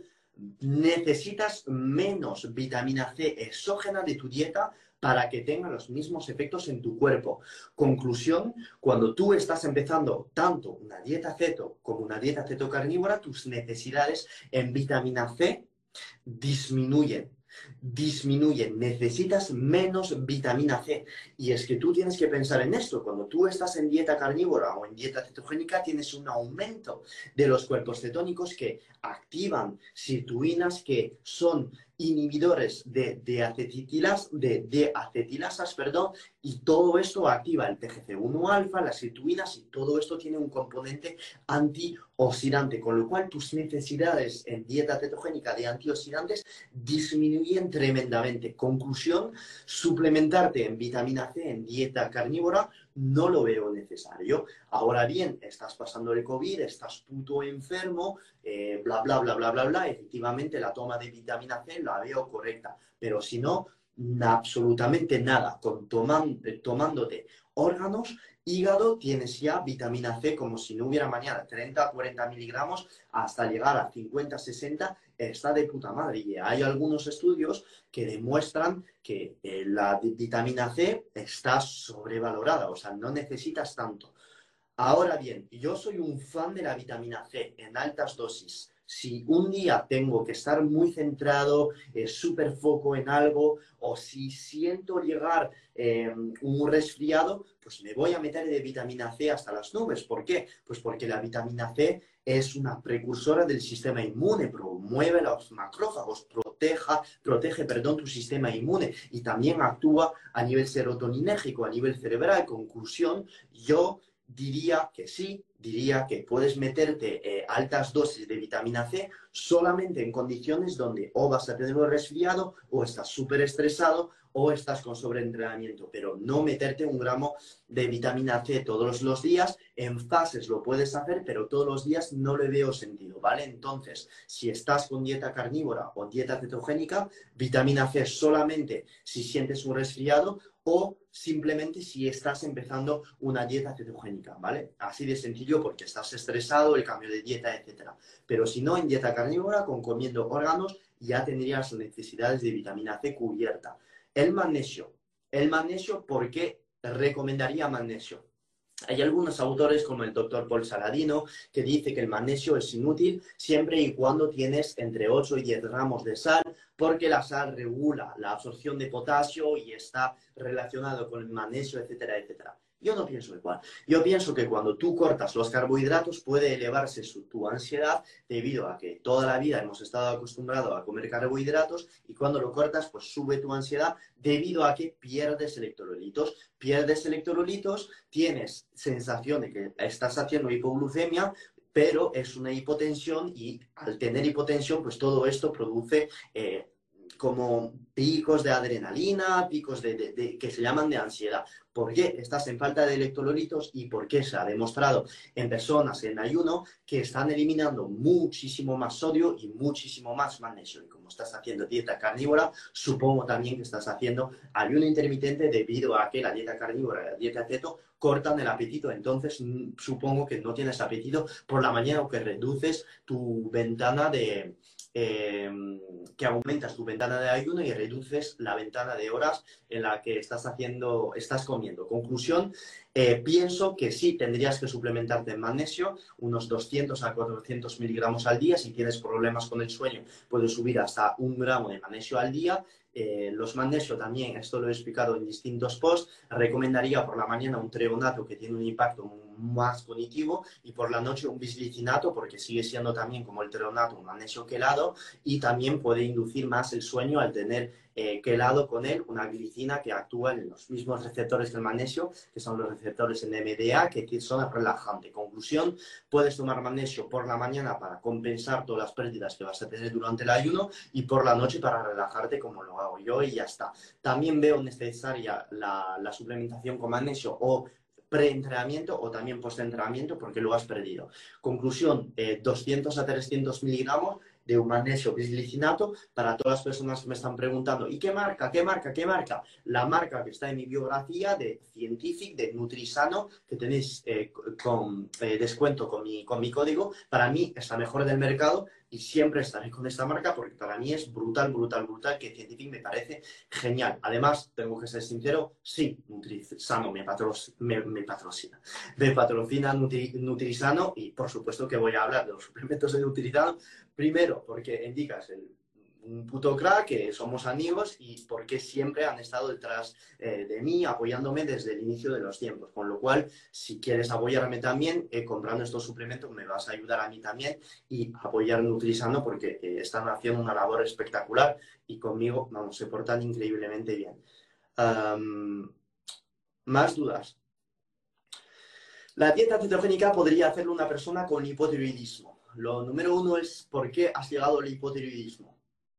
necesitas menos vitamina C exógena de tu dieta para que tenga los mismos efectos en tu cuerpo. Conclusión, cuando tú estás empezando tanto una dieta ceto como una dieta cetocarnívora, tus necesidades en vitamina C disminuyen. Disminuyen, necesitas menos vitamina C. Y es que tú tienes que pensar en esto. Cuando tú estás en dieta carnívora o en dieta cetogénica, tienes un aumento de los cuerpos cetónicos que activan sirtuinas que son inhibidores de, de, acetilas, de, de acetilasas, perdón, y todo esto activa el T G C uno alfa, las sirtuinas, y todo esto tiene un componente antioxidante, con lo cual tus necesidades en dieta cetogénica de antioxidantes disminuyen tremendamente. Conclusión, suplementarte en vitamina C en dieta carnívora no lo veo necesario. Ahora bien, estás pasando el COVID, estás puto enfermo, eh, bla, bla, bla, bla, bla, bla. Efectivamente, la toma de vitamina C la veo correcta. Pero si no, absolutamente nada. Con toman, tomándote órganos, hígado, tienes ya vitamina C como si no hubiera mañana, treinta a cuarenta miligramos hasta llegar a cincuenta a sesenta, está de puta madre. Y hay algunos estudios que demuestran que eh, la vitamina C está sobrevalorada, o sea, no necesitas tanto. Ahora bien, yo soy un fan de la vitamina C en altas dosis. Si un día tengo que estar muy centrado, eh, súper foco en algo, o si siento llegar eh, un resfriado, pues me voy a meter de vitamina C hasta las nubes. ¿Por qué? Pues porque la vitamina C es una precursora del sistema inmune, promueve los macrófagos, proteja, protege perdón, tu sistema inmune, y también actúa a nivel serotoninérgico, a nivel cerebral. Conclusión, yo diría que sí, diría que puedes meterte eh, altas dosis de vitamina C solamente en condiciones donde o vas a tener un resfriado, o estás súper estresado, o estás con sobreentrenamiento, pero no meterte un gramo de vitamina C todos los días. En fases lo puedes hacer, pero todos los días no le veo sentido, ¿vale? Entonces, si estás con dieta carnívora o dieta cetogénica, vitamina C solamente si sientes un resfriado, o simplemente si estás empezando una dieta cetogénica, ¿vale? Así de sencillo, porque estás estresado, el cambio de dieta, etcétera. Pero si no, en dieta carnívora, con comiendo órganos, ya tendrías necesidades de vitamina C cubierta. El magnesio. El magnesio, ¿por qué recomendaría magnesio? Hay algunos autores, como el doctor Paul Saladino, que dice que el magnesio es inútil siempre y cuando tienes entre ocho y diez gramos de sal, porque la sal regula la absorción de potasio y está relacionado con el magnesio, etcétera, etcétera. Yo no pienso igual. Yo pienso que cuando tú cortas los carbohidratos puede elevarse su, tu ansiedad, debido a que toda la vida hemos estado acostumbrados a comer carbohidratos, y cuando lo cortas pues sube tu ansiedad debido a que pierdes electrolitos. Pierdes electrolitos, tienes sensación de que estás haciendo hipoglucemia, pero es una hipotensión, y al tener hipotensión pues todo esto produce Eh, como picos de adrenalina, picos de, de, de, que se llaman de ansiedad. ¿Por qué? Estás en falta de electrolitos, y por qué se ha demostrado en personas en ayuno que están eliminando muchísimo más sodio y muchísimo más magnesio. Y como estás haciendo dieta carnívora, supongo también que estás haciendo ayuno intermitente, debido a que la dieta carnívora y la dieta keto cortan el apetito. Entonces supongo que no tienes apetito por la mañana, o que reduces tu ventana de... Eh, que aumentas tu ventana de ayuno y reduces la ventana de horas en la que estás haciendo, estás comiendo. Conclusión, eh, pienso que sí tendrías que suplementarte en magnesio, unos doscientos a cuatrocientos miligramos al día. Si tienes problemas con el sueño, puedes subir hasta un gramo de magnesio al día. Eh, los magnesio también, esto lo he explicado en distintos posts, recomendaría por la mañana un treonato, que tiene un impacto más cognitivo, y por la noche un bisglicinato, porque sigue siendo también como el treonato un magnesio quelado, y también puede inducir más el sueño al tener eh, quelado con él una glicina que actúa en los mismos receptores del magnesio, que son los receptores en M D A, que son relajantes. Conclusión, puedes tomar magnesio por la mañana para compensar todas las pérdidas que vas a tener durante el ayuno, y por la noche para relajarte, como lo hago yo, y ya está. También veo necesaria la, la suplementación con magnesio, o preentrenamiento o también postentrenamiento porque lo has perdido. Conclusión, eh, doscientos a trescientos miligramos de un magnesio bisglicinato para todas las personas que me están preguntando ¿y qué marca? ¿Qué marca? ¿Qué marca? La marca que está en mi biografía de Scientific, de Nutrisano, que tenéis eh, con eh, descuento con mi, con mi código, para mí es la mejor del mercado y siempre estaré con esta marca porque para mí es brutal, brutal, brutal, que Scientific me parece genial. Además, tengo que ser sincero, sí, Nutrisano me, patro, me, me patrocina. Me patrocina Nutri, Nutrisano y por supuesto que voy a hablar de los suplementos de Nutrisano. Primero, porque indicas el, un puto crack, que somos amigos y porque siempre han estado detrás eh, de mí, apoyándome desde el inicio de los tiempos. Con lo cual, si quieres apoyarme también, eh, comprando estos suplementos, me vas a ayudar a mí también y apoyar Nutrisano porque eh, están haciendo una labor espectacular y conmigo, vamos, se portan increíblemente bien. Um, ¿Más dudas? La dieta cetogénica podría hacerlo una persona con hipotiroidismo. Lo número uno es ¿por qué has llegado al hipotiroidismo?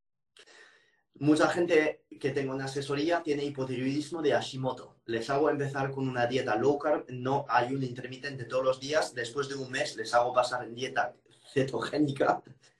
Mucha gente que tengo en asesoría tiene hipotiroidismo de Hashimoto. Les hago empezar con una dieta low carb, no ayuno intermitente todos los días. Después de un mes les hago pasar en dieta cetogénica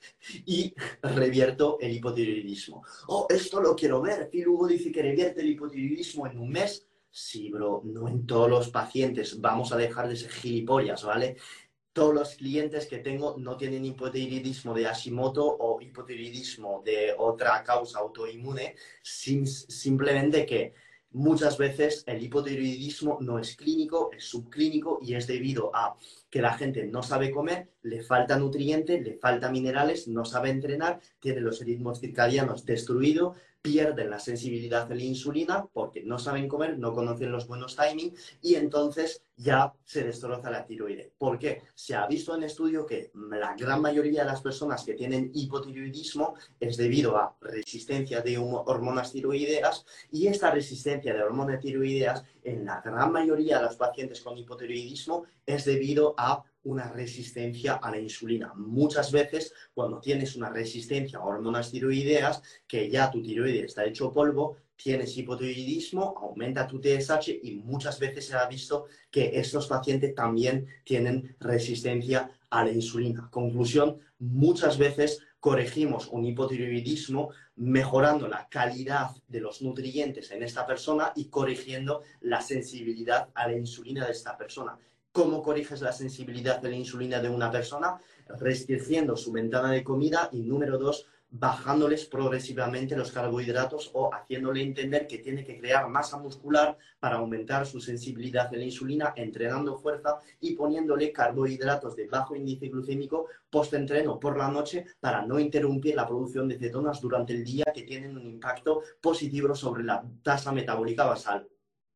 y revierto el hipotiroidismo. Oh, esto lo quiero ver. Phil Hugo dice que revierte el hipotiroidismo en un mes. Sí, bro, no en todos los pacientes. Vamos a dejar de ser gilipollas, ¿vale? Todos los clientes que tengo no tienen hipotiroidismo de Hashimoto o hipotiroidismo de otra causa autoinmune, sin, simplemente que muchas veces el hipotiroidismo no es clínico, es subclínico y es debido a que la gente no sabe comer, le falta nutriente, le falta minerales, no sabe entrenar, tiene los ritmos circadianos destruidos, pierden la sensibilidad a la insulina porque no saben comer, no conocen los buenos timings y entonces ya se destroza la tiroides. ¿Por qué? Se ha visto en estudio que la gran mayoría de las personas que tienen hipotiroidismo es debido a resistencia de hormonas tiroideas y esta resistencia de hormonas tiroideas en la gran mayoría de los pacientes con hipotiroidismo es debido a una resistencia a la insulina. Muchas veces cuando tienes una resistencia a hormonas tiroideas, que ya tu tiroides está hecho polvo, tienes hipotiroidismo, aumenta tu T S H y muchas veces se ha visto que estos pacientes también tienen resistencia a la insulina. Conclusión, muchas veces corregimos un hipotiroidismo mejorando la calidad de los nutrientes en esta persona y corrigiendo la sensibilidad a la insulina de esta persona. ¿Cómo corriges la sensibilidad de la insulina de una persona? Restringiendo su ventana de comida y número dos, bajándoles progresivamente los carbohidratos o haciéndole entender que tiene que crear masa muscular para aumentar su sensibilidad a la insulina, entrenando fuerza y poniéndole carbohidratos de bajo índice glucémico post-entreno por la noche para no interrumpir la producción de cetonas durante el día que tienen un impacto positivo sobre la tasa metabólica basal.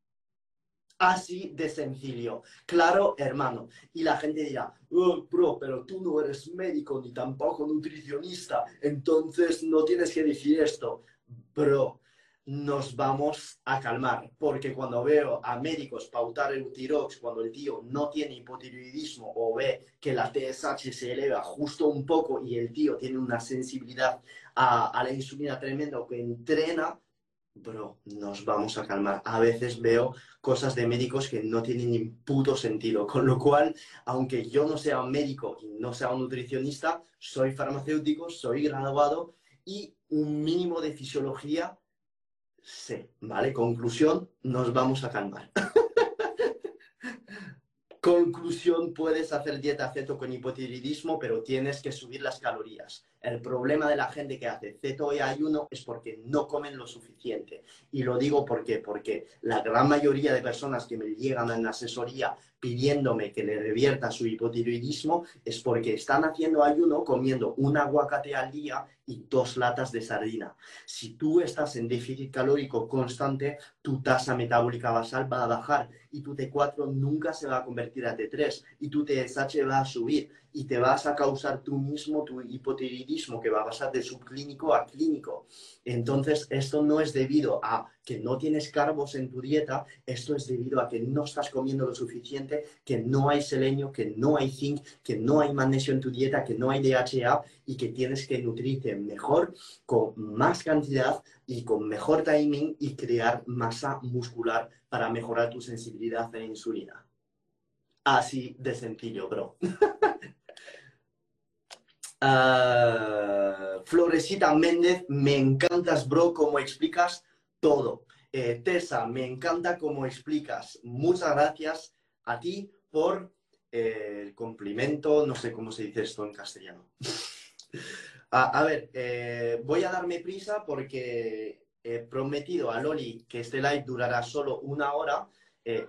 Así de sencillo. Claro, hermano. Y la gente dirá, oh, bro, pero tú no eres médico ni tampoco nutricionista, entonces no tienes que decir esto. Bro, nos vamos a calmar, porque cuando veo a médicos pautar el Eutirox cuando el tío no tiene hipotiroidismo o ve que la T S H se eleva justo un poco y el tío tiene una sensibilidad a, a la insulina tremenda que entrena, bro, nos vamos a calmar. A veces veo cosas de médicos que no tienen ni puto sentido. Con lo cual, aunque yo no sea un médico y no sea un nutricionista, soy farmacéutico, soy graduado y un mínimo de fisiología sé, ¿vale? Conclusión, nos vamos a calmar. Conclusión, puedes hacer dieta ceto con hipotiroidismo, pero tienes que subir las calorías. El problema de la gente que hace ceto y ayuno es porque no comen lo suficiente. Y lo digo ¿por qué? Porque la gran mayoría de personas que me llegan en asesoría pidiéndome que le revierta su hipotiroidismo es porque están haciendo ayuno comiendo un aguacate al día y dos latas de sardina. Si tú estás en déficit calórico constante, tu tasa metabólica basal va a bajar y tu T cuatro nunca se va a convertir a T tres y tu T S H va a subir y te vas a causar tú mismo tu hipotiroidismo que va a pasar de subclínico a clínico. Entonces, esto no es debido a que no tienes carbos en tu dieta, esto es debido a que no estás comiendo lo suficiente, que no hay selenio, que no hay zinc, que no hay magnesio en tu dieta, que no hay D H A y que tienes que nutrirte mejor, con más cantidad y con mejor timing y crear masa muscular para mejorar tu sensibilidad a la insulina. Así de sencillo, bro. Uh, Florecita Méndez, me encantas, bro, cómo explicas todo. Eh, Tessa, me encanta cómo explicas. Muchas gracias a ti por eh, el complemento, no sé cómo se dice esto en castellano. a, a ver, eh, voy a darme prisa porque he prometido a Loli que este live durará solo una hora. Eh,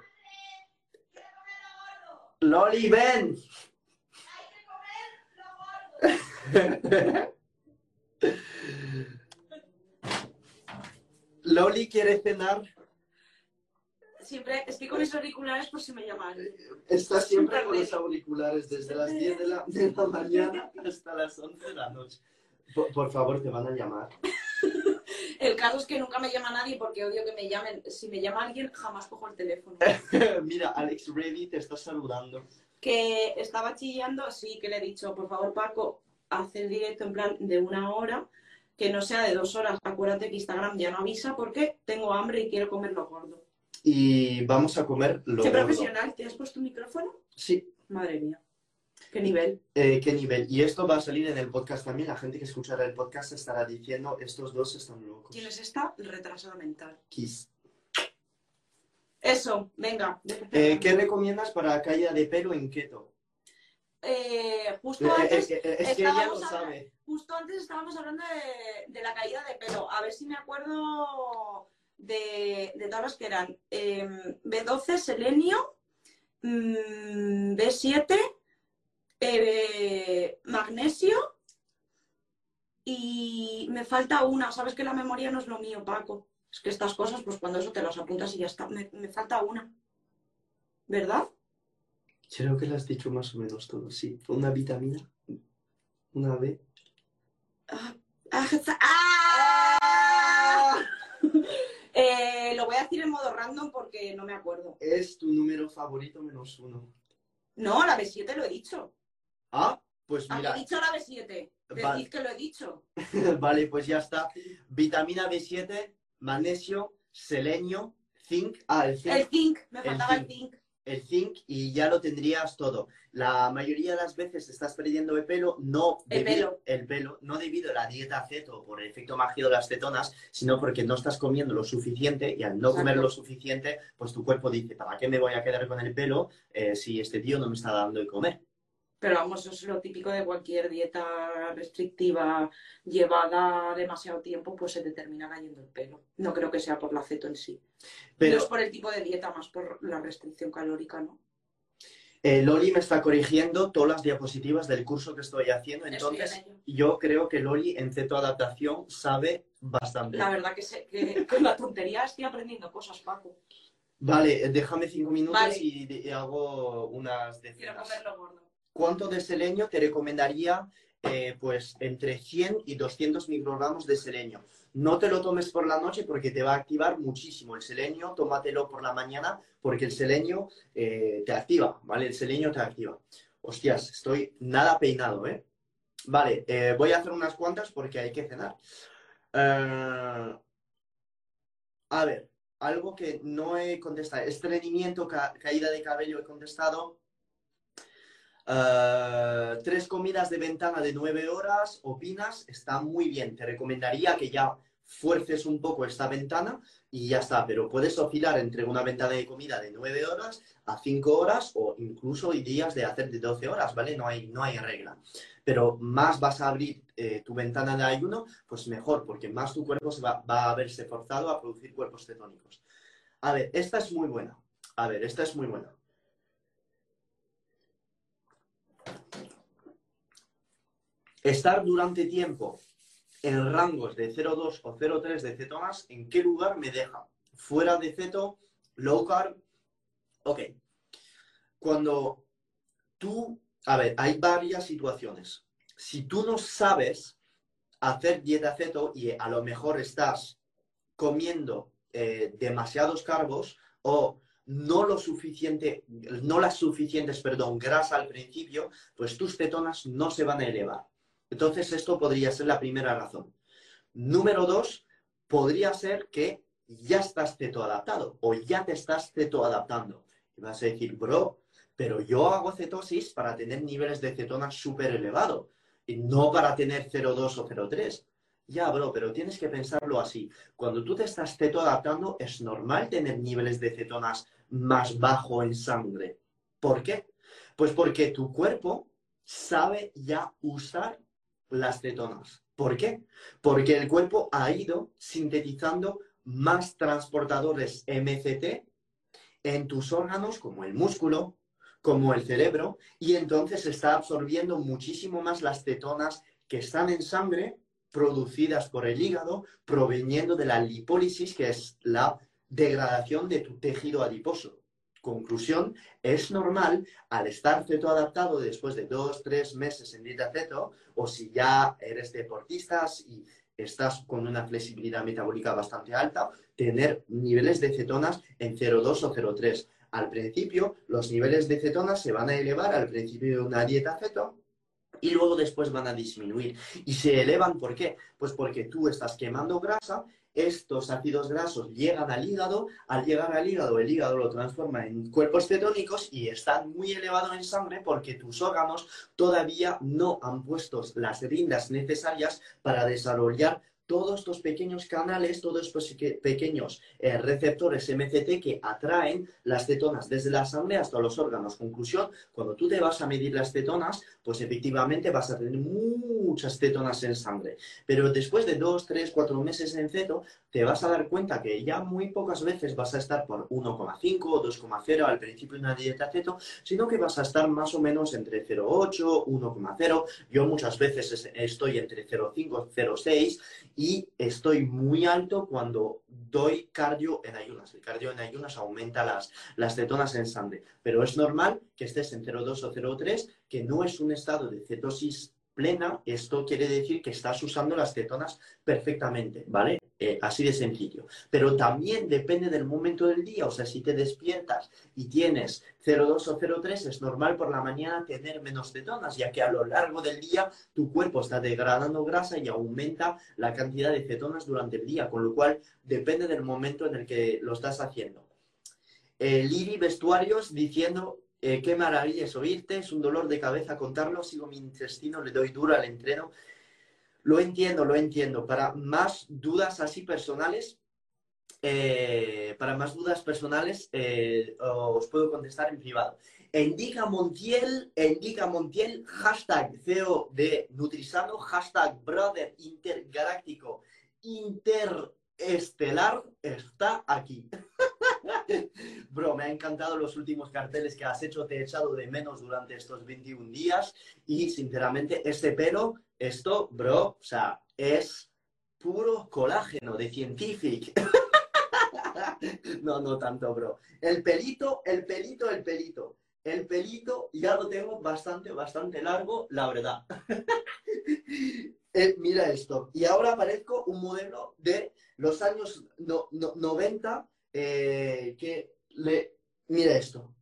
Loli, ven. Loli quiere cenar. Siempre estoy con mis auriculares por si me llaman. Está siempre con los auriculares desde las diez de la, de la mañana hasta las once de la noche. Por, por favor, te van a llamar. El caso es que nunca me llama nadie porque odio que me llamen. Si me llama alguien, jamás cojo el teléfono. Mira, Alex Reddy te está saludando. Que estaba chillando, sí, que le he dicho, por favor, Paco, haz el directo en plan de una hora, que no sea de dos horas. Acuérdate que Instagram ya no avisa porque tengo hambre y quiero comer lo gordo. Y vamos a comer lo ¿Qué gordo. profesional? ¿Te has puesto un micrófono? Sí. Madre mía. ¿Qué nivel? Eh, ¿Qué nivel? Y esto va a salir en el podcast también. La gente que escuchará el podcast estará diciendo, estos dos están locos. ¿Quién es esta? Retrasada mental. Kiss. Eso, venga. Eh, ¿Qué recomiendas para caída de pelo en keto? Eh, justo Eh, antes... eh, eh, es que ella lo estábamos sabe. habla- Justo antes estábamos hablando de, de la caída de pelo. A ver si me acuerdo de, de todas las que eran. Eh, B doce, selenio, mmm, B siete, eh, magnesio y me falta una. Sabes que la memoria no es lo mío, Paco. Es que estas cosas, pues cuando eso te las apuntas y ya está. Me, me falta una. ¿Verdad? Creo que lo has dicho más o menos todo, sí. Una vitamina, una B. Ah, ¡Ah! eh, lo voy a decir en modo random porque no me acuerdo. Es tu número favorito menos uno. No, la B siete lo he dicho. Ah, pues Ah, mira. he dicho la B siete. Decid Vale. que lo he dicho. Vale, pues ya está. Vitamina B siete, magnesio, selenio, zinc. Ah, el zinc. El zinc, me El faltaba el zinc. zinc. El zinc y ya lo tendrías todo. La mayoría de las veces estás perdiendo el pelo, no El debido, pelo. el pelo, no debido a la dieta keto o por el efecto mágico de las cetonas, sino porque no estás comiendo lo suficiente y al no Exacto. comer lo suficiente, pues tu cuerpo dice, ¿para qué me voy a quedar con el pelo eh, si este tío no me está dando de comer? Pero vamos, eso es lo típico de cualquier dieta restrictiva llevada demasiado tiempo, pues se te termina cayendo el pelo. No creo que sea por la ceto en sí. Pero No es por el tipo de dieta, más por la restricción calórica, ¿no? eh, Loli me está corrigiendo todas las diapositivas del curso que estoy haciendo, entonces Estoy en ello. yo creo que Loli en cetoadaptación sabe bastante. La verdad que, sé, que con la tontería estoy aprendiendo cosas, Paco. Vale, déjame cinco minutos Vale. y, y hago unas Quiero decenas. comerlo gordo. ¿Cuánto de selenio te recomendaría? Eh, pues entre cien y doscientos microgramos de selenio. No te lo tomes por la noche porque te va a activar muchísimo el selenio. Tómatelo por la mañana porque el selenio eh, te activa, ¿vale? El selenio te activa. Hostias, estoy nada peinado, ¿eh? Vale, eh, voy a hacer unas cuantas porque hay que cenar. Eh, a ver, algo que no he contestado. Estreñimiento, ca caída de cabello he contestado. Uh, tres comidas de ventana de nueve horas, opinas, está muy bien. Te recomendaría que ya fuerces un poco esta ventana y ya está, pero puedes oscilar entre una ventana de comida de nueve horas a cinco horas o incluso hay días de hacer de doce horas, ¿vale? No hay, no hay regla. Pero más vas a abrir eh, tu ventana de ayuno, pues mejor, porque más tu cuerpo se va, va a verse forzado a producir cuerpos cetónicos. A ver, esta es muy buena. A ver, esta es muy buena. Estar durante tiempo en rangos de cero coma dos o cero coma tres de cetonas, ¿en qué lugar me deja? Fuera de ceto, low carb. Ok. Cuando tú... A ver, hay varias situaciones. Si tú no sabes hacer dieta ceto y a lo mejor estás comiendo eh, demasiados carbos o no lo suficiente, no las suficientes, perdón, grasa al principio, pues tus cetonas no se van a elevar. Entonces, esto podría ser la primera razón. Número dos, podría ser que ya estás cetoadaptado o ya te estás cetoadaptando. Y vas a decir, bro, pero yo hago cetosis para tener niveles de cetonas súper elevados, y no para tener cero coma dos o cero coma tres. Ya, bro, pero tienes que pensarlo así. Cuando tú te estás cetoadaptando, es normal tener niveles de cetonas más bajo en sangre. ¿Por qué? Pues porque tu cuerpo sabe ya usar las cetonas. ¿Por qué? Porque el cuerpo ha ido sintetizando más transportadores M C T en tus órganos, como el músculo, como el cerebro, y entonces está absorbiendo muchísimo más las cetonas que están en sangre, producidas por el hígado, proveniendo de la lipólisis, que es la degradación de tu tejido adiposo. Conclusión, es normal, al estar cetoadaptado después de dos, tres meses en dieta ceto, o si ya eres deportista y estás con una flexibilidad metabólica bastante alta, tener niveles de cetonas en cero coma dos o cero coma tres. Al principio, los niveles de cetonas se van a elevar al principio de una dieta ceto y luego después van a disminuir. Y se elevan, ¿por qué? Pues porque tú estás quemando grasa, estos ácidos grasos llegan al hígado, al llegar al hígado, el hígado lo transforma en cuerpos cetónicos y están muy elevados en sangre porque tus órganos todavía no han puesto las riendas necesarias para desarrollar todos estos pequeños canales, todos estos pequeños eh, receptores M C T que atraen las cetonas desde la sangre hasta los órganos. Conclusión, cuando tú te vas a medir las cetonas, pues efectivamente vas a tener muchas cetonas en sangre. Pero después de dos, tres, cuatro meses en ceto, te vas a dar cuenta que ya muy pocas veces vas a estar por uno coma cinco o dos coma cero al principio de una dieta ceto, sino que vas a estar más o menos entre cero coma ocho, uno coma cero. Yo muchas veces estoy entre cero coma cinco y cero coma seis y estoy muy alto cuando doy cardio en ayunas. El cardio en ayunas aumenta las, las cetonas en sangre, pero es normal que estés en cero coma dos o cero coma tres, que no es un estado de cetosis plena. Esto quiere decir que estás usando las cetonas perfectamente, ¿vale? Eh, así de sencillo. Pero también depende del momento del día. O sea, si te despiertas y tienes cero coma dos o cero coma tres, es normal por la mañana tener menos cetonas, ya que a lo largo del día tu cuerpo está degradando grasa y aumenta la cantidad de cetonas durante el día, con lo cual depende del momento en el que lo estás haciendo. Eh, Liri Vestuarios diciendo... Eh, qué maravilla es oírte, es un dolor de cabeza contarlo, sigo mi intestino, le doy duro al entreno. Lo entiendo, lo entiendo. Para más dudas así personales, eh, para más dudas personales, eh, os puedo contestar en privado. Indica Montiel, Indica Montiel, hashtag C E O de Nutrisano, hashtag Brother Intergaláctico Interestelar, está aquí. Bro, me han encantado los últimos carteles que has hecho, te he echado de menos durante estos veintiún días y sinceramente este pelo, esto, bro, o sea, es puro colágeno de Scientific. No, no tanto, bro. El pelito, el pelito, el pelito. El pelito ya lo tengo bastante, bastante largo, la verdad. Eh, mira esto. Y ahora parezco un modelo de los años no, no, noventa eh, que le... Mira esto.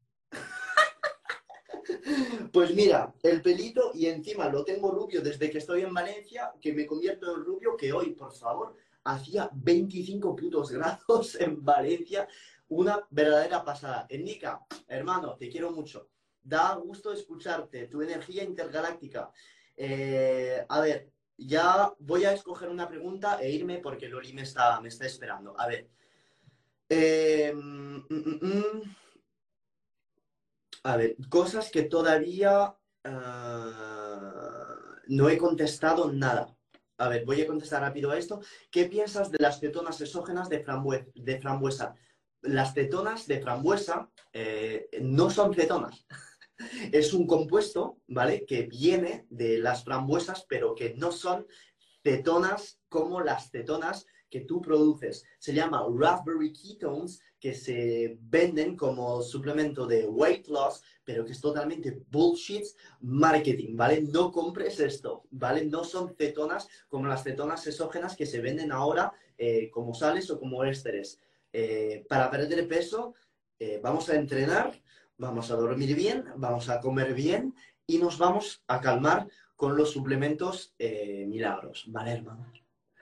Pues mira, el pelito y encima lo tengo rubio desde que estoy en Valencia, que me convierto en rubio, que hoy, por favor, hacía veinticinco putos grados en Valencia. Una verdadera pasada. Enrica, hermano, te quiero mucho. Da gusto escucharte, tu energía intergaláctica. Eh, a ver, ya voy a escoger una pregunta e irme porque Loli me está, me está esperando. A ver. Eh, mm, mm, mm. A ver, cosas que todavía uh, no he contestado nada. A ver, voy a contestar rápido a esto. ¿Qué piensas de las cetonas exógenas de, frambue de frambuesa? Las cetonas de frambuesa eh, no son cetonas. Es un compuesto, ¿vale? Que viene de las frambuesas, pero que no son cetonas como las cetonas que tú produces. Se llama raspberry ketones, que se venden como suplemento de weight loss, pero que es totalmente bullshit marketing, ¿vale? No compres esto, ¿vale? No son cetonas como las cetonas exógenas que se venden ahora eh, como sales o como ésteres. Eh, para perder peso, eh, vamos a entrenar, vamos a dormir bien, vamos a comer bien y nos vamos a calmar con los suplementos eh, milagros, ¿vale, hermano?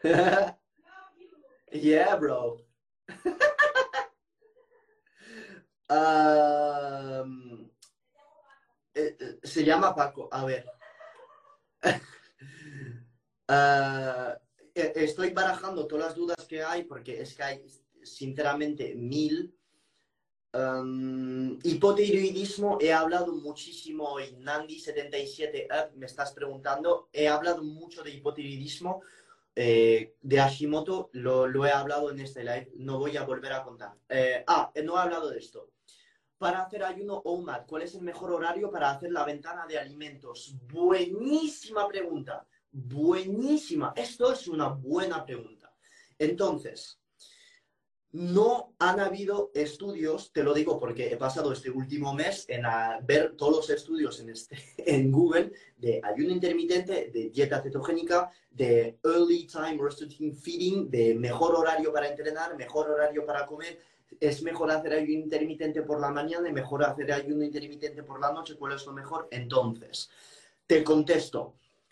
Yeah, bro. um, eh, eh, se llama Paco, a ver. Uh, estoy barajando todas las dudas que hay porque es que hay, sinceramente, mil. Um, hipotiroidismo, he hablado muchísimo y Nandi setenta y siete Up, me estás preguntando, he hablado mucho de hipotiroidismo, eh, de Hashimoto, lo, lo he hablado en este live, no voy a volver a contar. Eh, ah, no he hablado de esto. Para hacer ayuno O M A D, ¿cuál es el mejor horario para hacer la ventana de alimentos? Buenísima pregunta, buenísima. Esto es una buena pregunta. Entonces, no han habido estudios, te lo digo porque he pasado este último mes en a ver todos los estudios en, este, en Google de ayuno intermitente, de dieta cetogénica, de early time restricting feeding, de mejor horario para entrenar, mejor horario para comer. Es mejor hacer ayuno intermitente por la mañana y mejor hacer ayuno intermitente por la noche. ¿Cuál es lo mejor? Entonces, te contesto.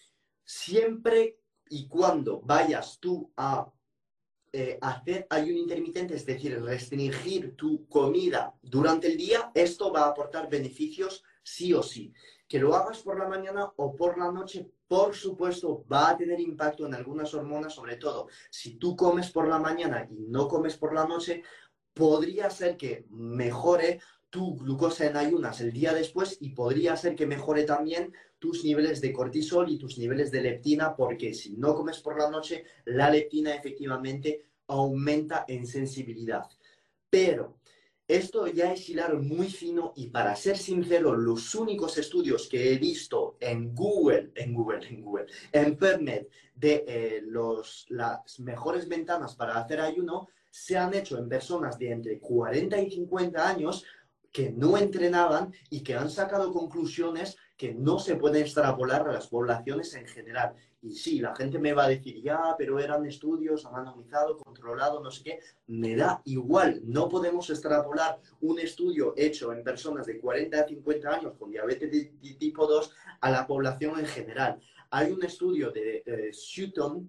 Siempre y cuando vayas tú a eh, hacer ayuno intermitente, es decir, restringir tu comida durante el día, esto va a aportar beneficios sí o sí. Que lo hagas por la mañana o por la noche, por supuesto, va a tener impacto en algunas hormonas, sobre todo si tú comes por la mañana y no comes por la noche, podría ser que mejore tu glucosa en ayunas el día después y podría ser que mejore también tus niveles de cortisol y tus niveles de leptina, porque si no comes por la noche, la leptina efectivamente aumenta en sensibilidad. Pero esto ya es hilar muy fino y, para ser sincero, los únicos estudios que he visto en Google, en Google, en Google, en PubMed de eh, los, las mejores ventanas para hacer ayuno se han hecho en personas de entre cuarenta y cincuenta años que no entrenaban y que han sacado conclusiones que no se pueden extrapolar a las poblaciones en general. Y sí, la gente me va a decir, ya, pero eran estudios randomizado, controlado, no sé qué. Me da igual, no podemos extrapolar un estudio hecho en personas de cuarenta a cincuenta años con diabetes de, de tipo dos a la población en general. Hay un estudio de eh, Sutton,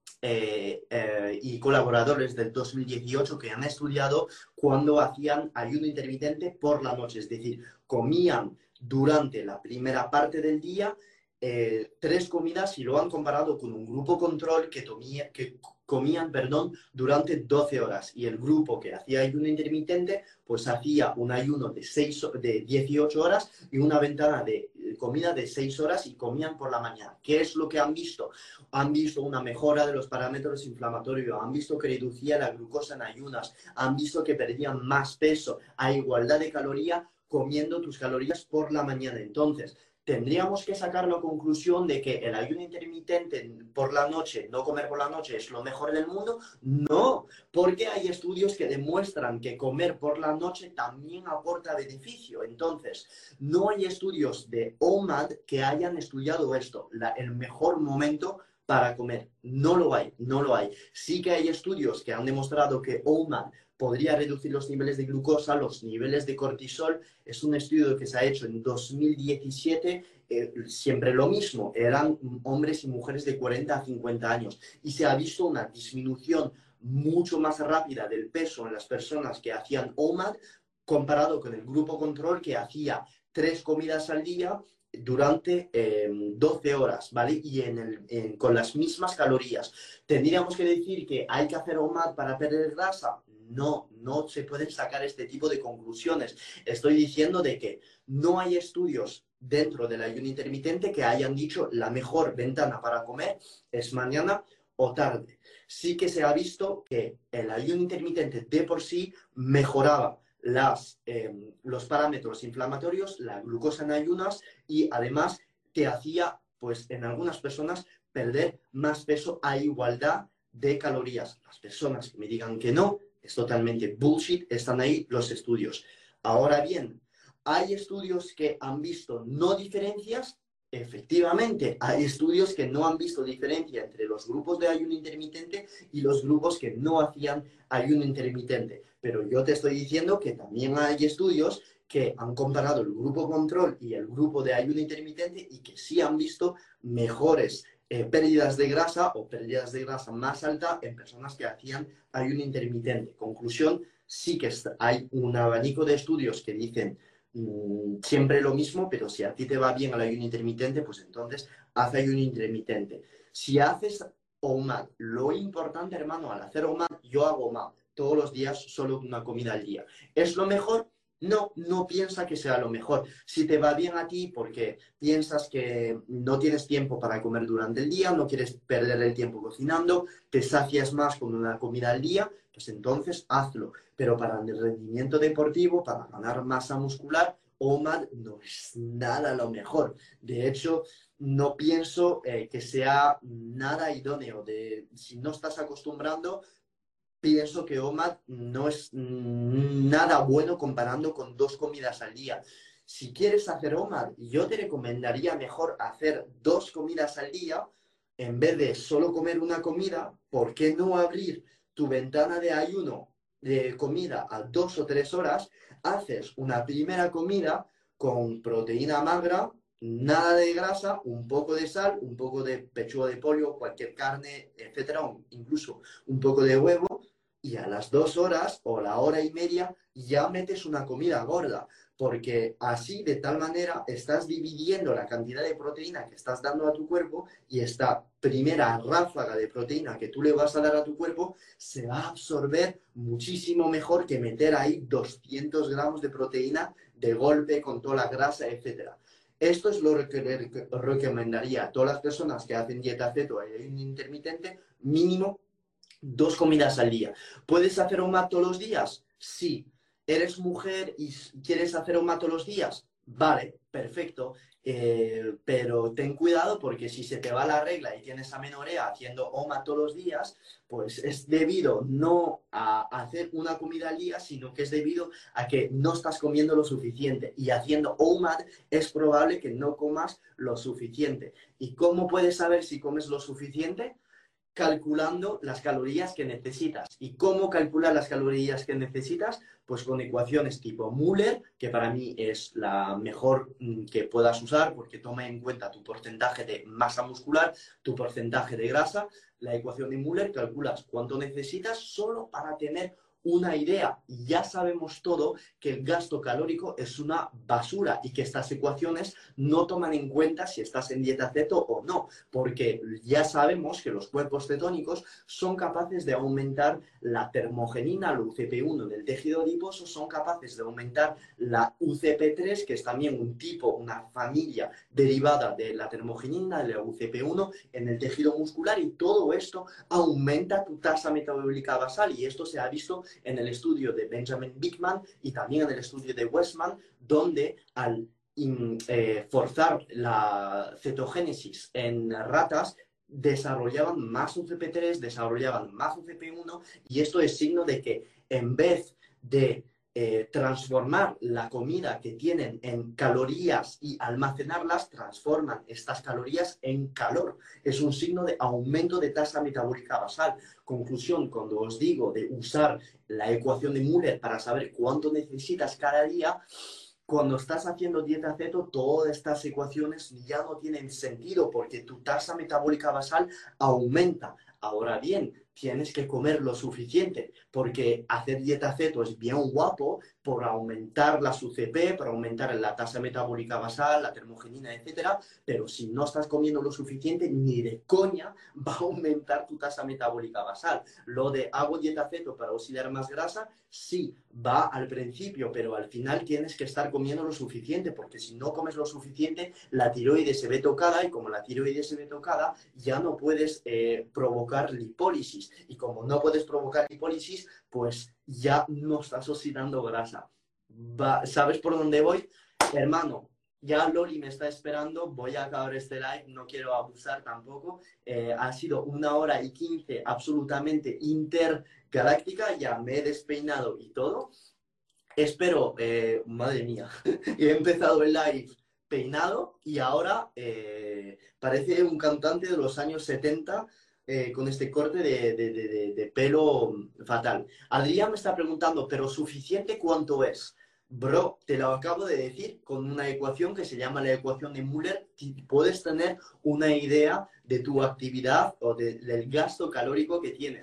Eh, eh, y colaboradores del dos mil dieciocho que han estudiado cuando hacían ayuno intermitente por la noche, es decir, comían durante la primera parte del día eh, tres comidas y lo han comparado con un grupo control que, tomía, que comían perdón, durante doce horas, y el grupo que hacía ayuno intermitente pues hacía un ayuno de, seis, de dieciocho horas y una ventana de comida de seis horas y comían por la mañana. ¿Qué es lo que han visto? Han visto una mejora de los parámetros inflamatorios, han visto que reducía la glucosa en ayunas, han visto que perdían más peso a igualdad de caloría comiendo tus calorías por la mañana. Entonces, ¿tendríamos que sacar la conclusión de que el ayuno intermitente por la noche, no comer por la noche, es lo mejor del mundo? No, porque hay estudios que demuestran que comer por la noche también aporta beneficio. Entonces, no hay estudios de O M A D que hayan estudiado esto, la, el mejor momento para comer. No lo hay, no lo hay. Sí que hay estudios que han demostrado que O M A D podría reducir los niveles de glucosa, los niveles de cortisol. Es un estudio que se ha hecho en dos mil diecisiete, eh, siempre lo mismo, eran hombres y mujeres de cuarenta a cincuenta años, y se ha visto una disminución mucho más rápida del peso en las personas que hacían O M A D comparado con el grupo control que hacía tres comidas al día durante eh, doce horas, ¿vale? Y en el, en, con las mismas calorías. ¿Tendríamos que decir que hay que hacer O M A D para perder grasa? No, no se pueden sacar este tipo de conclusiones. Estoy diciendo de que no hay estudios dentro del ayuno intermitente que hayan dicho la mejor ventana para comer es mañana o tarde. Sí que se ha visto que el ayuno intermitente de por sí mejoraba las, eh, los parámetros inflamatorios, la glucosa en ayunas, y además te hacía, pues en algunas personas, perder más peso a igualdad de calorías. Las personas que me digan que no, es totalmente bullshit, están ahí los estudios. Ahora bien, ¿hay estudios que han visto no diferencias? Efectivamente, hay estudios que no han visto diferencia entre los grupos de ayuno intermitente y los grupos que no hacían ayuno intermitente. Pero yo te estoy diciendo que también hay estudios que han comparado el grupo control y el grupo de ayuno intermitente y que sí han visto mejores Eh, pérdidas de grasa o pérdidas de grasa más alta en personas que hacían ayuno intermitente. Conclusión, sí que hay un abanico de estudios que dicen mmm, siempre lo mismo, pero si a ti te va bien el ayuno intermitente, pues entonces haz ayuno intermitente. Si haces O M A D, lo importante, hermano, al hacer O M A D, yo hago O M A D todos los días, solo una comida al día. ¿Es lo mejor? No, no piensa que sea lo mejor. Si te va bien a ti porque piensas que no tienes tiempo para comer durante el día, no quieres perder el tiempo cocinando, te sacias más con una comida al día, pues entonces hazlo. Pero para el rendimiento deportivo, para ganar masa muscular, O M A D no es nada lo mejor. De hecho, no pienso eh, que sea nada idóneo. De, si no estás acostumbrando, pienso que O M A D no es nada bueno comparando con dos comidas al día. Si quieres hacer O M A D, yo te recomendaría mejor hacer dos comidas al día en vez de solo comer una comida. ¿Por qué no abrir tu ventana de ayuno de comida a dos o tres horas? Haces una primera comida con proteína magra, nada de grasa, un poco de sal, un poco de pechuga de pollo, cualquier carne, etcétera, incluso un poco de huevo, y a las dos horas o la hora y media ya metes una comida gorda, porque así, de tal manera, estás dividiendo la cantidad de proteína que estás dando a tu cuerpo, y esta primera ráfaga de proteína que tú le vas a dar a tu cuerpo se va a absorber muchísimo mejor que meter ahí doscientos gramos de proteína de golpe con toda la grasa, etcétera. Esto es lo que le recomendaría a todas las personas que hacen dieta keto o ayuno intermitente, mínimo dos comidas al día. ¿Puedes hacer O M A D todos los días? Sí. ¿Eres mujer y quieres hacer O M A D todos los días? Vale, perfecto. Eh, pero ten cuidado, porque si se te va la regla y tienes amenorrea haciendo O M A D todos los días, pues es debido no a hacer una comida al día, sino que es debido a que no estás comiendo lo suficiente. Y haciendo O M A D es probable que no comas lo suficiente. ¿Y cómo puedes saber si comes lo suficiente? Calculando las calorías que necesitas. ¿Y cómo calcular las calorías que necesitas? Pues con ecuaciones tipo Müller, que para mí es la mejor que puedas usar, porque toma en cuenta tu porcentaje de masa muscular, tu porcentaje de grasa. La ecuación de Müller, calculas cuánto necesitas solo para tener una idea. Ya sabemos todo que el gasto calórico es una basura, y que estas ecuaciones no toman en cuenta si estás en dieta keto o no, porque ya sabemos que los cuerpos cetónicos son capaces de aumentar la termogenina, la U C P uno del tejido adiposo, son capaces de aumentar la U C P tres, que es también un tipo, una familia derivada de la termogenina, de la U C P uno en el tejido muscular, y todo esto aumenta tu tasa metabólica basal. Y esto se ha visto en el estudio de Benjamin Bikman y también en el estudio de Westman, donde al in, eh, forzar la cetogénesis en ratas desarrollaban más U C P tres, desarrollaban más U C P uno, y esto es signo de que en vez de eh, transformar la comida que tienen en calorías y almacenarlas, transforman estas calorías en calor. Es un signo de aumento de tasa metabólica basal. Conclusión, cuando os digo de usar la ecuación de Müller para saber cuánto necesitas cada día, cuando estás haciendo dieta keto, todas estas ecuaciones ya no tienen sentido, porque tu tasa metabólica basal aumenta. Ahora bien, tienes que comer lo suficiente, porque hacer dieta keto es bien guapo por aumentar las U C P, por aumentar la tasa metabólica basal, la termogenina, etcétera, pero si no estás comiendo lo suficiente, ni de coña va a aumentar tu tasa metabólica basal. Lo de hago dieta keto para oxidar más grasa, sí, va al principio, pero al final tienes que estar comiendo lo suficiente, porque si no comes lo suficiente, la tiroides se ve tocada, y como la tiroides se ve tocada, ya no puedes eh, provocar lipólisis. Y como no puedes provocar lipólisis, pues ya no estás oxidando grasa. Va, ¿sabes por dónde voy? Hermano, ya Loli me está esperando, voy a acabar este live, no quiero abusar tampoco. Eh, ha sido una hora y quince absolutamente intergaláctica, ya me he despeinado y todo. Espero, eh, madre mía, he empezado el live peinado y ahora eh, parece un cantante de los años setenta, eh, con este corte de, de, de, de pelo fatal. Adrián me está preguntando, ¿pero suficiente cuánto es? Bro, te lo acabo de decir con una ecuación que se llama la ecuación de Müller. Puedes tener una idea de tu actividad o de, del gasto calórico que tienes.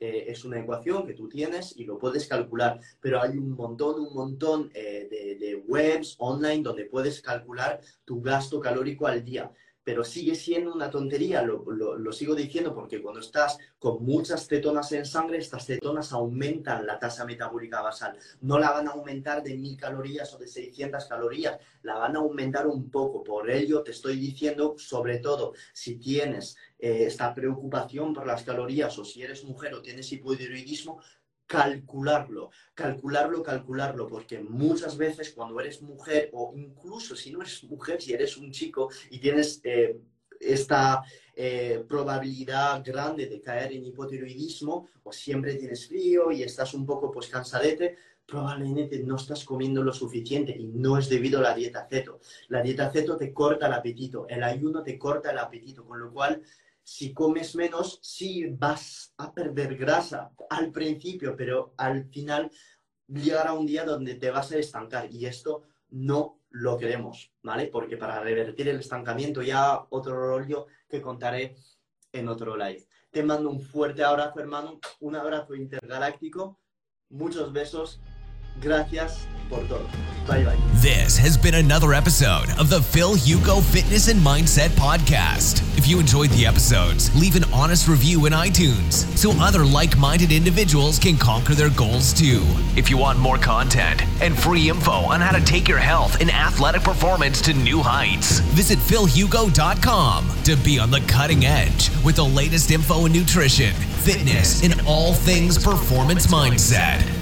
eh, es una ecuación que tú tienes y lo puedes calcular, pero hay un montón, un montón eh, de, de webs online donde puedes calcular tu gasto calórico al día. Pero sigue siendo una tontería, lo, lo, lo sigo diciendo, porque cuando estás con muchas cetonas en sangre, estas cetonas aumentan la tasa metabólica basal. No la van a aumentar de mil calorías o de seiscientas calorías, la van a aumentar un poco. Por ello te estoy diciendo, sobre todo, si tienes eh, esta preocupación por las calorías o si eres mujer o tienes hipotiroidismo, calcularlo, calcularlo, calcularlo, porque muchas veces cuando eres mujer, o incluso si no eres mujer, si eres un chico y tienes eh, esta eh, probabilidad grande de caer en hipotiroidismo, o siempre tienes frío y estás un poco pues cansadete, probablemente no estás comiendo lo suficiente y no es debido a la dieta ceto. La dieta ceto te corta el apetito, el ayuno te corta el apetito, con lo cual si comes menos, sí vas a perder grasa al principio, pero al final llegará un día donde te vas a estancar y esto no lo queremos, ¿vale? Porque para revertir el estancamiento ya otro rollo que contaré en otro live. Te mando un fuerte abrazo, hermano, un abrazo intergaláctico, muchos besos. Gracias por todo. Bye bye. This has been another episode of the Phil Hugo Fitness and Mindset Podcast. If you enjoyed the episodes, leave an honest review in iTunes so other like-minded individuals can conquer their goals too. If you want more content and free info on how to take your health and athletic performance to new heights, visit phil hugo dot com to be on the cutting edge with the latest info in nutrition, fitness, and all things performance mindset.